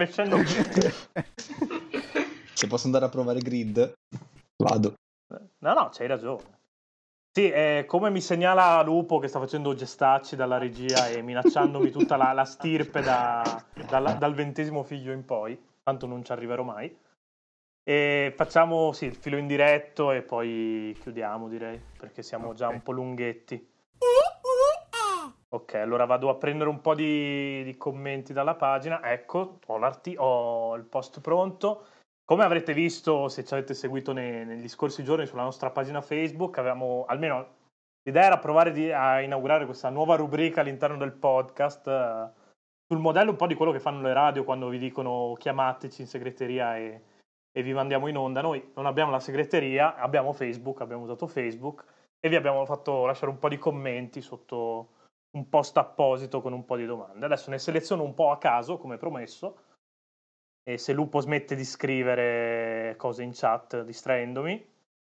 Se posso andare a provare Grid, vado. No, c'hai ragione. Sì, come mi segnala Lupo che sta facendo gestacci dalla regia e minacciandomi tutta la stirpe dal 20° figlio in poi, tanto non ci arriverò mai. E facciamo il filo in diretto e poi chiudiamo, direi, perché siamo già un po' lunghetti. Ok, allora vado a prendere un po' di commenti dalla pagina. Ecco, ho il post pronto. Come avrete visto, se ci avete seguito negli scorsi giorni sulla nostra pagina Facebook, avevamo, almeno l'idea era provare a inaugurare questa nuova rubrica all'interno del podcast sul modello un po' di quello che fanno le radio quando vi dicono chiamateci in segreteria e vi mandiamo in onda. Noi non abbiamo la segreteria, abbiamo Facebook, abbiamo usato Facebook e vi abbiamo fatto lasciare un po' di commenti sotto un post apposito con un po' di domande. Adesso ne seleziono un po' a caso, come promesso, e se Lupo smette di scrivere cose in chat distraendomi.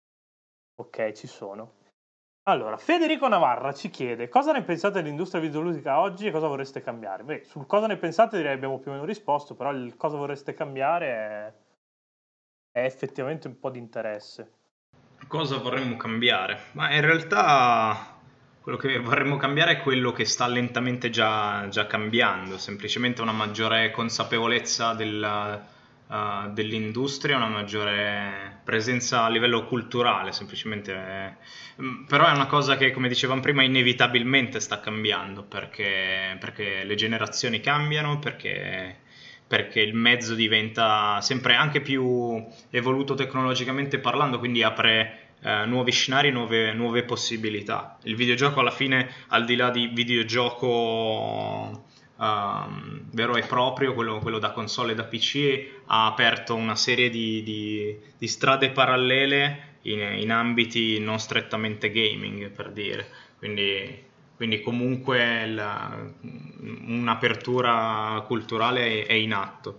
Ok, ci sono. Allora, Federico Navarra ci chiede: cosa ne pensate dell'industria videoludica oggi e cosa vorreste cambiare? Beh, sul cosa ne pensate direi abbiamo più o meno risposto, però il cosa vorreste cambiare è effettivamente un po' di interesse. Cosa vorremmo cambiare? Ma in realtà quello che vorremmo cambiare è quello che sta lentamente già cambiando, semplicemente una maggiore consapevolezza dell'industria, una maggiore presenza a livello culturale, semplicemente. Però è una cosa che, come dicevamo prima, inevitabilmente sta cambiando, perché le generazioni cambiano, perché il mezzo diventa sempre anche più evoluto tecnologicamente parlando, quindi apre nuovi scenari, nuove possibilità. Il videogioco alla fine, al di là di videogioco vero e proprio, quello da console e da PC, ha aperto una serie di strade parallele in ambiti non strettamente gaming, per dire. Quindi comunque un'apertura culturale è in atto.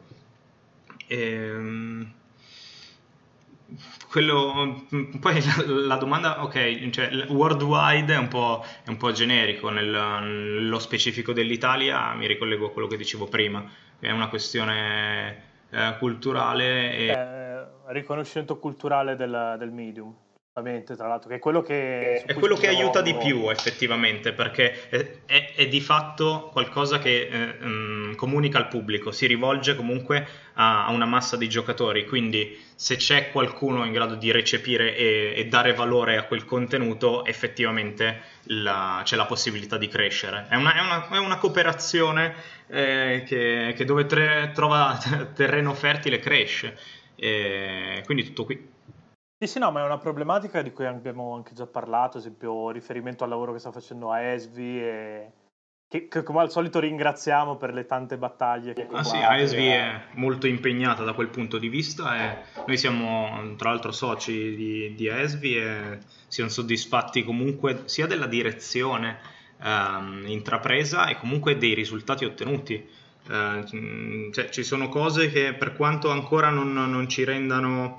Poi la domanda, ok, cioè worldwide è un po' generico, nello specifico dell''Italia mi ricollego a quello che dicevo prima, è una questione culturale riconoscimento culturale del medium. Tra l'altro, che è quello che aiuta di più effettivamente, perché è di fatto qualcosa che comunica al pubblico, si rivolge comunque a una massa di giocatori, quindi se c'è qualcuno in grado di recepire e dare valore a quel contenuto, effettivamente c'è la possibilità di crescere. È una cooperazione che dove trova terreno fertile cresce, quindi tutto qui. Sì, no, ma è una problematica di cui abbiamo anche già parlato, ad esempio riferimento al lavoro che sta facendo AESVI, che come al solito ringraziamo per le tante battaglie che Sì, ASV è molto impegnata da quel punto di vista e noi siamo tra l'altro soci di ASV e siamo soddisfatti comunque sia della direzione intrapresa e comunque dei risultati ottenuti. Cioè, ci sono cose che per quanto ancora non ci rendano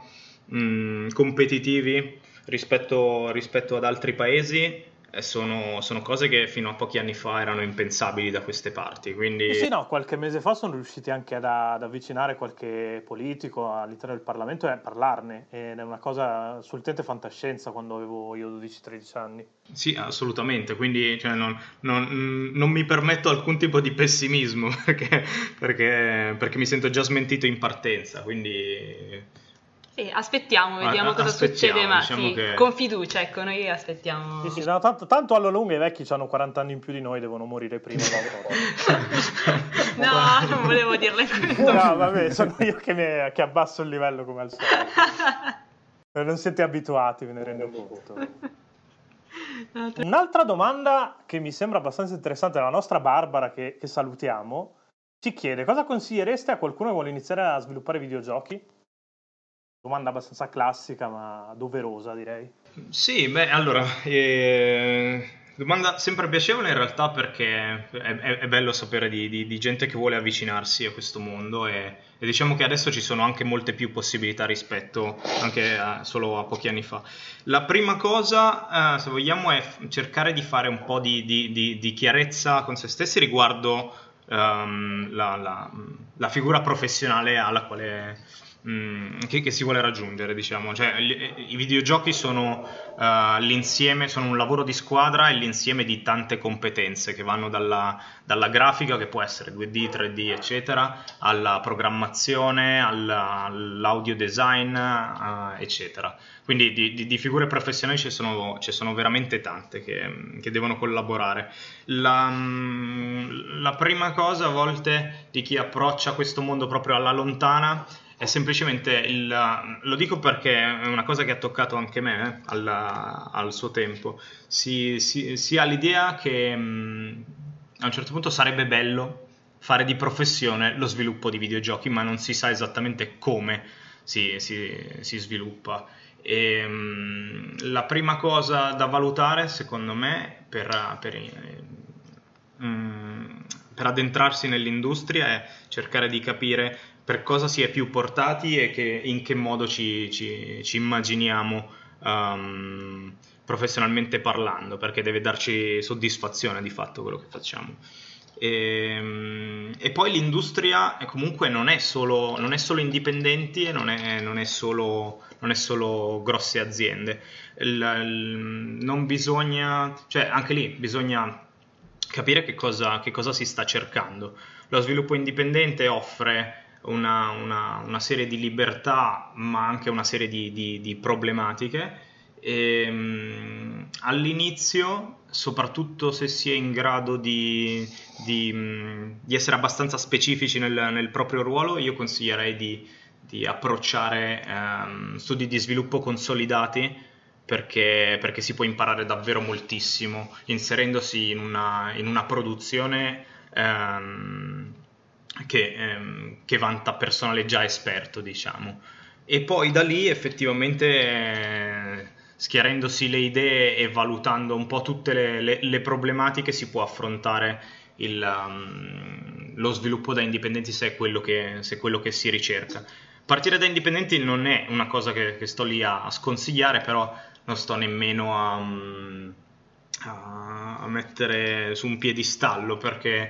competitivi rispetto ad altri paesi, sono cose che fino a pochi anni fa erano impensabili da queste parti, quindi Sì, no, qualche mese fa sono riusciti anche ad avvicinare qualche politico all'interno del Parlamento e a parlarne, ed è una cosa assolutamente fantascienza quando avevo io 12-13 anni. sì, assolutamente, quindi cioè, non mi permetto alcun tipo di pessimismo perché mi sento già smentito in partenza, quindi Sì, aspettiamo, vediamo cosa aspettiamo, succede, ma diciamo sì, che- con fiducia, ecco, noi aspettiamo. Sì, sì, no, tanto alla lunga i vecchi hanno 40 anni in più di noi, devono morire prima o dopo. No, non volevo dirlo in questo No, vabbè, sono io che abbasso il livello come al solito. Non siete abituati, ve ne rendo conto. Un'altra domanda che mi sembra abbastanza interessante, la nostra Barbara, che salutiamo, ci chiede: cosa consigliereste a qualcuno che vuole iniziare a sviluppare videogiochi? Domanda abbastanza classica, ma doverosa, direi. Sì, beh, allora, domanda sempre piacevole in realtà perché è bello sapere di gente che vuole avvicinarsi a questo mondo e diciamo che adesso ci sono anche molte più possibilità rispetto anche solo a pochi anni fa. La prima cosa, se vogliamo, è cercare di fare un po' di chiarezza con se stessi riguardo la figura professionale alla quale che si vuole raggiungere, diciamo. Cioè, i videogiochi sono l'insieme, sono un lavoro di squadra e l'insieme di tante competenze che vanno dalla grafica, che può essere 2D, 3D, eccetera, alla programmazione, all'audio design, eccetera. Quindi di figure professionali ci sono veramente tante che devono collaborare. La prima cosa a volte di chi approccia questo mondo proprio alla lontana è semplicemente lo dico perché è una cosa che ha toccato anche me al suo tempo. Si ha l'idea che a un certo punto sarebbe bello fare di professione lo sviluppo di videogiochi, ma non si sa esattamente come si sviluppa. E, la prima cosa da valutare, secondo me, per addentrarsi nell'industria è cercare di capire per cosa si è più portati e in che modo ci immaginiamo professionalmente parlando, perché deve darci soddisfazione di fatto quello che facciamo. E poi l'industria comunque non è solo indipendenti e non è solo grosse aziende. Non bisogna, cioè anche lì bisogna capire che cosa si sta cercando. Lo sviluppo indipendente offre una serie di libertà, ma anche una serie di problematiche. All'inizio, soprattutto se si è in grado di essere abbastanza specifici nel proprio ruolo, io consiglierei di approcciare studi di sviluppo consolidati, perché si può imparare davvero moltissimo inserendosi in una produzione che vanta personale già esperto, diciamo. E poi da lì effettivamente schiarendosi le idee e valutando un po' tutte le problematiche si può affrontare lo sviluppo da indipendenti, se è quello che si ricerca. Partire da indipendenti non è una cosa che sto lì a sconsigliare, però non sto nemmeno a mettere su un piedistallo perché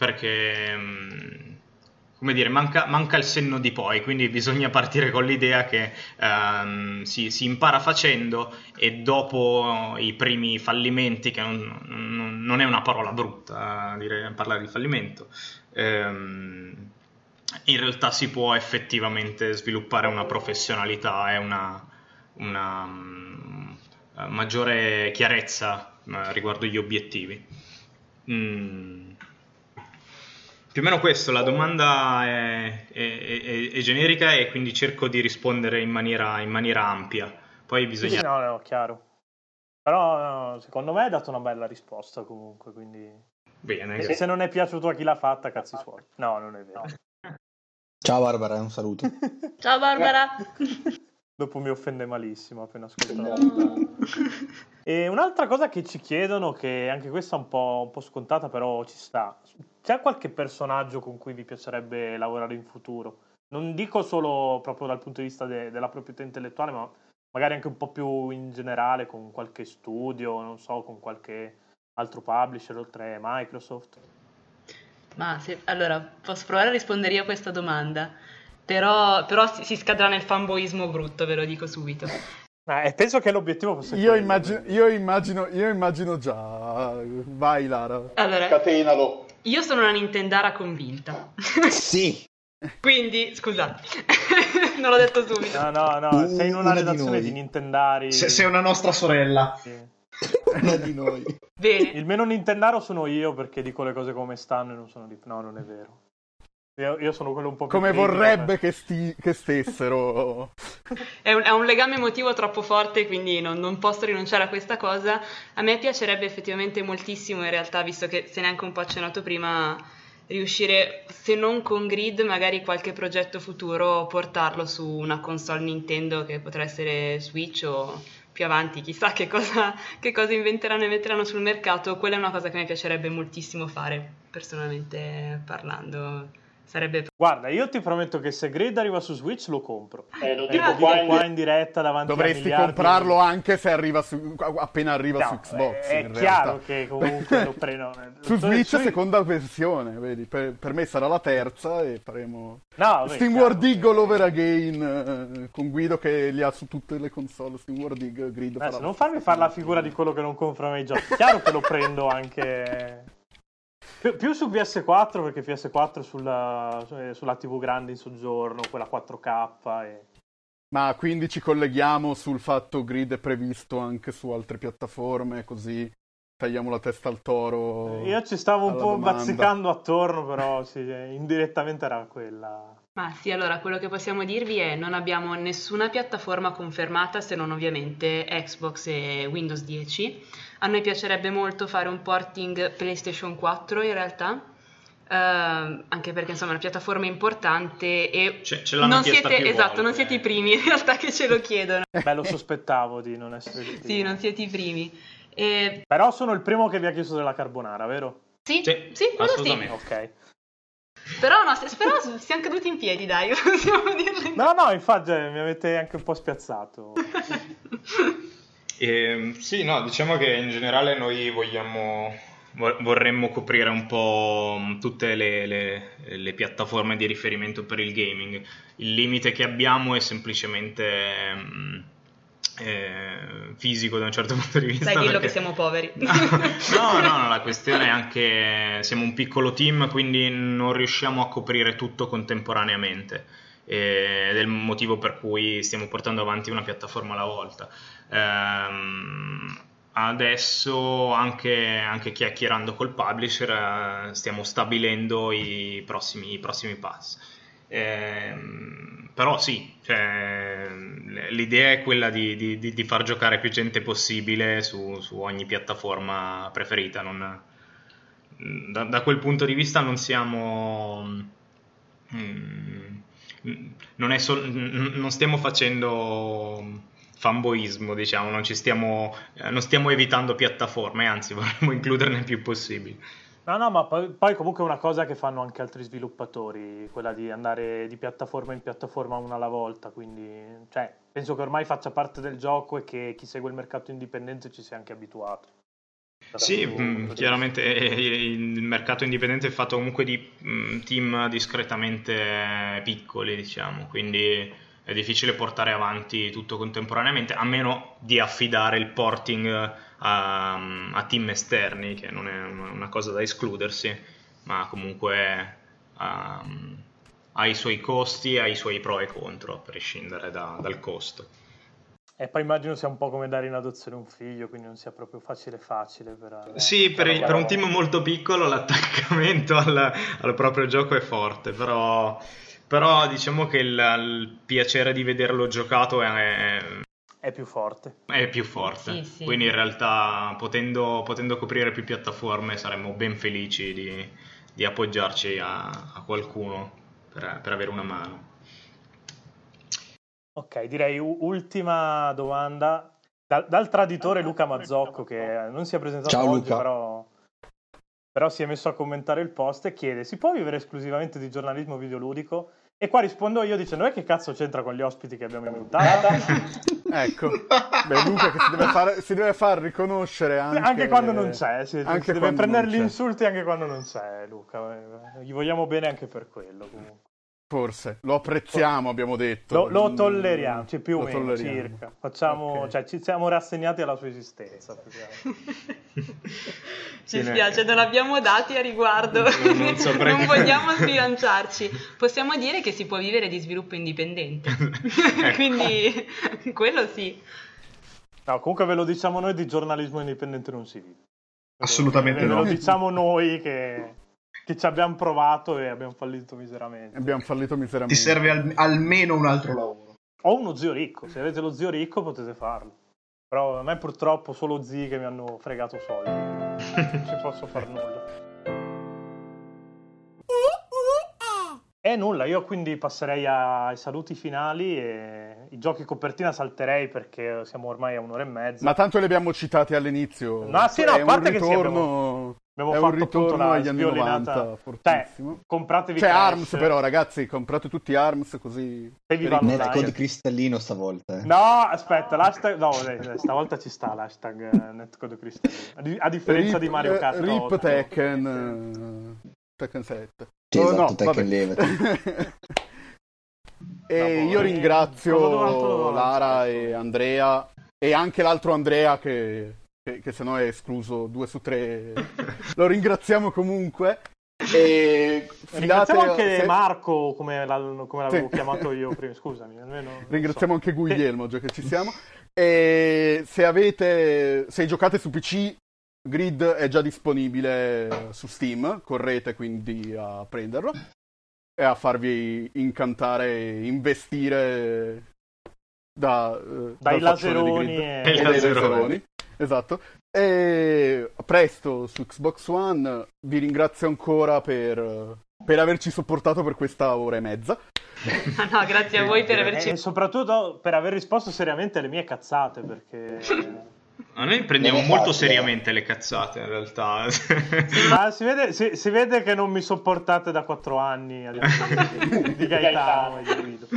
come dire, manca il senno di poi, quindi bisogna partire con l'idea che si impara facendo, e dopo i primi fallimenti, che non è una parola brutta parlare di fallimento, in realtà si può effettivamente sviluppare una professionalità e una maggiore chiarezza riguardo gli obiettivi. Più o meno questo, la domanda è generica e quindi cerco di rispondere in maniera ampia. Poi bisogna... Sì, no, chiaro. Però secondo me hai dato una bella risposta comunque, quindi... Bene. E se non è piaciuto a chi l'ha fatta, cazzi suoi. No, non è vero. Ciao Barbara, un saluto. Ciao Barbara! Dopo mi offende malissimo appena ascolto. No. E un'altra cosa che ci chiedono, che anche questa è un po' scontata, però ci sta. C'è qualche personaggio con cui vi piacerebbe lavorare in futuro? Non dico solo proprio dal punto di vista della proprietà intellettuale, ma magari anche un po' più in generale, con qualche studio, non so, con qualche altro publisher oltre Microsoft. Ma allora, posso provare a rispondere io a questa domanda, però si scadrà nel fanboismo brutto, ve lo dico subito. E penso che l'obiettivo fosse Io quello. immagino già. Vai Lara. Allora, Catenalo. io sono una nintendara convinta. Sì, Quindi, scusate, non l'ho detto subito. No, sei in una Una di redazione noi. di Nintendari. Sei una nostra sorella. Sì. una di noi. Bene, Il meno Nintendaro sono io, perché dico le cose come stanno e non sono di... No, non è vero. Io sono quello un po' più Come critico, vorrebbe che stessero. è un legame emotivo troppo forte, quindi non posso rinunciare a questa cosa. A me piacerebbe effettivamente moltissimo, in realtà, visto che se ne è anche un po' accennato prima, riuscire, se non con Grid, magari qualche progetto futuro, portarlo su una console Nintendo, che potrà essere Switch o più avanti, chissà che cosa inventeranno e metteranno sul mercato. Quella è una cosa che mi piacerebbe moltissimo fare, personalmente parlando. Sarebbe... Guarda, io ti prometto che se Grid arriva su Switch lo compro. Lo Dico qua in diretta davanti a Dovresti miliardi comprarlo anche se appena arriva No, su Xbox. è in chiaro realtà. che comunque lo prendo. Su Switch seconda versione, vedi? Per me sarà la terza e faremo SteamWorld Dig All Over Again con Guido che li ha su tutte le console. SteamWorld Dig, Grid farà non farmi fare la figura di quello che non compra mai giochi. Chiaro che lo prendo anche più su PS4, perché PS4 sulla TV grande in soggiorno, quella 4K Ma quindi ci colleghiamo sul fatto Grid è previsto anche su altre piattaforme, così tagliamo la testa al toro. Io ci stavo un alla po' domanda. bazzicando attorno, però sì, indirettamente era quella. Ma sì, allora quello che possiamo dirvi è non abbiamo nessuna piattaforma confermata, se non ovviamente Xbox e Windows 10. A noi piacerebbe molto fare un porting PlayStation 4 in realtà, anche perché insomma è una piattaforma importante e Ce l'hanno chiesta più volte. non siete i primi in realtà che ce lo chiedono. Beh, lo sospettavo di non essere il primo. Sì, non siete i primi. Però sono il primo che vi ha chiesto della carbonara, vero? Sì, Sì, quello sì. assolutamente. Ok. Però siamo caduti in piedi, dai, possiamo dirlo. No, infatti mi avete anche un po' spiazzato. Sì, no, diciamo che in generale noi vorremmo coprire un po' tutte le piattaforme di riferimento per il gaming. Il limite che abbiamo è semplicemente fisico da un certo punto di vista. Dai, dillo perché... che siamo poveri. No, la questione è anche siamo un piccolo team, quindi non riusciamo a coprire tutto contemporaneamente ed è il motivo per cui stiamo portando avanti una piattaforma alla volta. Adesso anche chiacchierando col publisher stiamo stabilendo i prossimi passi. Però sì, cioè, l'idea è quella di far giocare più gente possibile su ogni piattaforma preferita. Da quel punto di vista non siamo non stiamo facendo fanboismo, diciamo, non stiamo evitando piattaforme, anzi vorremmo includerne il più possibile. No, ma poi comunque è una cosa che fanno anche altri sviluppatori, quella di andare di piattaforma in piattaforma una alla volta, quindi cioè, penso che ormai faccia parte del gioco e che chi segue il mercato indipendente ci sia anche abituato. Sì, chiaramente il mercato indipendente è fatto comunque di team discretamente piccoli, diciamo, quindi è difficile portare avanti tutto contemporaneamente, a meno di affidare il porting a team esterni, che non è una cosa da escludersi, ma comunque ha i suoi costi, ha i suoi pro e contro, a prescindere dal costo. E poi immagino sia un po' come dare in adozione un figlio, quindi non sia proprio facile Sì, per un team molto piccolo l'attaccamento al proprio gioco è forte, però diciamo che il piacere di vederlo giocato è è più forte. È più forte. Sì, sì. Quindi in realtà potendo coprire più piattaforme saremmo ben felici di appoggiarci a qualcuno per avere una mano. Ok, direi ultima domanda dal traditore Luca Mazzocco, che non si è presentato Ciao, oggi, Luca. però si è messo a commentare il post e chiede: si può vivere esclusivamente di giornalismo videoludico? E qua rispondo io dicendo: che cazzo c'entra con gli ospiti che abbiamo inventato? Ecco, beh, Luca che si deve far riconoscere anche quando non c'è, si deve prendere gli c'è. insulti anche quando non c'è, Luca. Gli vogliamo bene anche per quello, comunque. Forse, lo apprezziamo, abbiamo detto. Lo tolleriamo, cioè più o meno, tolleriamo. circa. Facciamo, Ok. cioè, ci siamo rassegnati alla sua esistenza. Ci spiace, non abbiamo dati a riguardo, Non saprei. non vogliamo sbilanciarci. Possiamo dire che si può vivere di sviluppo indipendente, quindi quello sì. No, comunque ve lo diciamo noi, di giornalismo indipendente non si vive. Assolutamente Ve no. lo diciamo noi che ci abbiamo provato e abbiamo fallito miseramente. Abbiamo fallito Ti miseramente. serve almeno un altro lavoro. Ho uno zio ricco, se avete lo zio ricco potete farlo. Però a me purtroppo solo zii che mi hanno fregato soldi. Non ci posso far nulla. E nulla, io quindi passerei ai saluti finali e i giochi copertina salterei perché siamo ormai a un'ora e mezza. Ma tanto li abbiamo citati all'inizio. No, sì, no, È a parte un che sì, ritorno... abbiamo è fatto un ritorno appunto la agli anni sviolinata. 90, fortissimo. Compratevi C'è Crash. ARMS però, ragazzi, comprate tutti ARMS così... E vi va online. Netcode cristallino stavolta. No, aspetta, l'hashtag... No, stavolta ci sta l'hashtag Netcode cristallino. A differenza di Mario Kart RIP 8. Tekken 7. Sì, esatto, no, Tekken vabbè. Vabbè, E io cosa ringrazio dovevamo Lara lanciare? e Andrea e anche l'altro Andrea che se no è escluso 2 su 3. Lo ringraziamo comunque. E Ringraziamo anche se- Marco, come l'avevo Sì. chiamato io prima. Scusami, almeno non Ringraziamo so. anche Guglielmo, già che ci siamo. E se giocate su PC, Grid è già disponibile su Steam, correte quindi a prenderlo e a farvi incantare e investire Dai dal faccione di laseroni Grid. e- E dai laseroni. laseroni. Esatto. E presto su Xbox One. Vi ringrazio ancora per averci sopportato per questa ora e mezza. No, grazie a voi per averci... E soprattutto per aver risposto seriamente alle mie cazzate, perché... Ma noi prendiamo Non è molto facile. seriamente le cazzate in realtà. Ma si vede che non mi sopportate da 4 anni, a differenza di Gaetano e di Guido.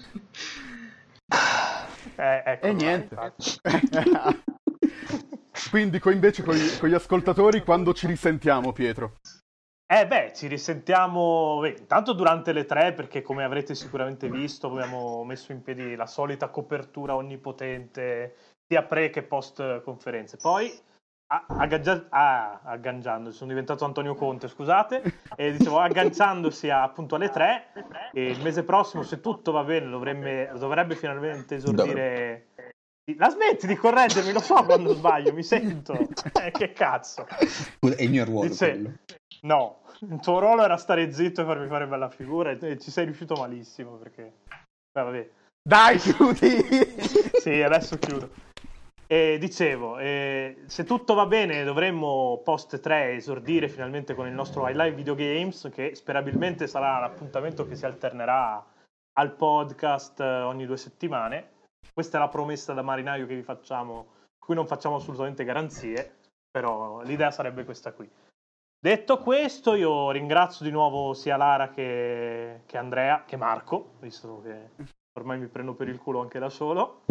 Ecco, E niente. infatti. Quindi invece con gli ascoltatori quando ci risentiamo, Pietro? Ci risentiamo intanto durante le 3, perché come avrete sicuramente visto abbiamo messo in piedi la solita copertura onnipotente sia pre che post conferenze. Poi agganciandosi, sono diventato Antonio Conte, scusate, e dicevo agganciandosi appunto alle 3, e il mese prossimo, se tutto va bene, dovrebbe finalmente esordire... La smetti di correggermi, lo so quando sbaglio, mi sento. Che cazzo. Scusa, è il mio ruolo Dice- quello. No, il tuo ruolo era stare zitto e farmi fare bella figura e ci sei riuscito malissimo perché... vabbè. Dai, chiudi! Sì, adesso chiudo. E dicevo, se tutto va bene dovremmo post 3 esordire finalmente con il nostro I Live Video Games, che sperabilmente sarà l'appuntamento che si alternerà al podcast ogni 2 settimane. Questa è la promessa da marinaio che vi facciamo, cui non facciamo assolutamente garanzie, però l'idea sarebbe questa qui. Detto questo, io ringrazio di nuovo sia Lara che Andrea, che Marco, visto che ormai mi prendo per il culo anche da solo.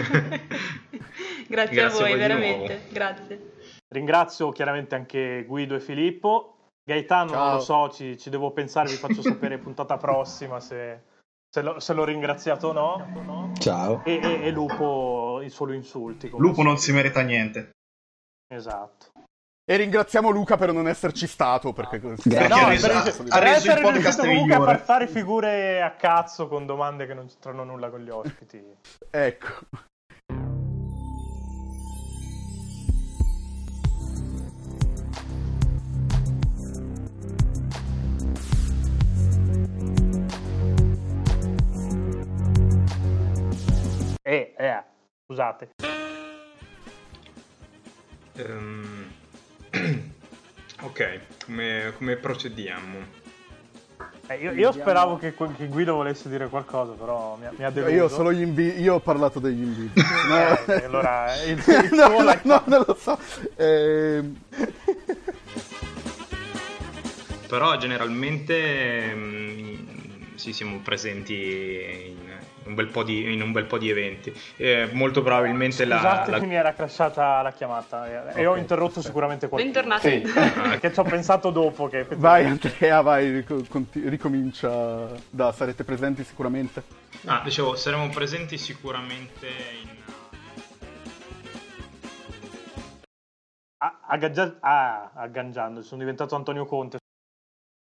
Grazie a voi, di veramente. nuovo. Grazie. Ringrazio chiaramente anche Guido e Filippo. Gaetano, non lo Ciao. so, ci devo pensare, vi faccio sapere puntata prossima se l'ho ringraziato o no. Ciao. E Lupo solo insulti. come Lupo non sempre. si merita niente. Esatto. E ringraziamo Luca per non esserci stato, perché... Grazie. Perché No, ha reso, per- ha per reso essere il podcast riuscito comunque a migliore. far fare figure a cazzo con domande che non c'entrano nulla con gli ospiti. Ecco. Scusate. Ok, come procediamo? Io speravo che Guido volesse dire qualcosa, però mi ha deluso. Io ho parlato degli inviti. Allora, no, non lo so. Però generalmente sì, siamo presenti in un bel po' di eventi. Molto probabilmente Scusate, mi era crashata la chiamata e ho interrotto sicuramente qualcuno. Bentornati. Perché ci ho pensato dopo che... Vai Andrea, vai, ricomincia. Sarete presenti sicuramente? Dicevo, saremo presenti sicuramente in... Agganciando, sono diventato Antonio Conte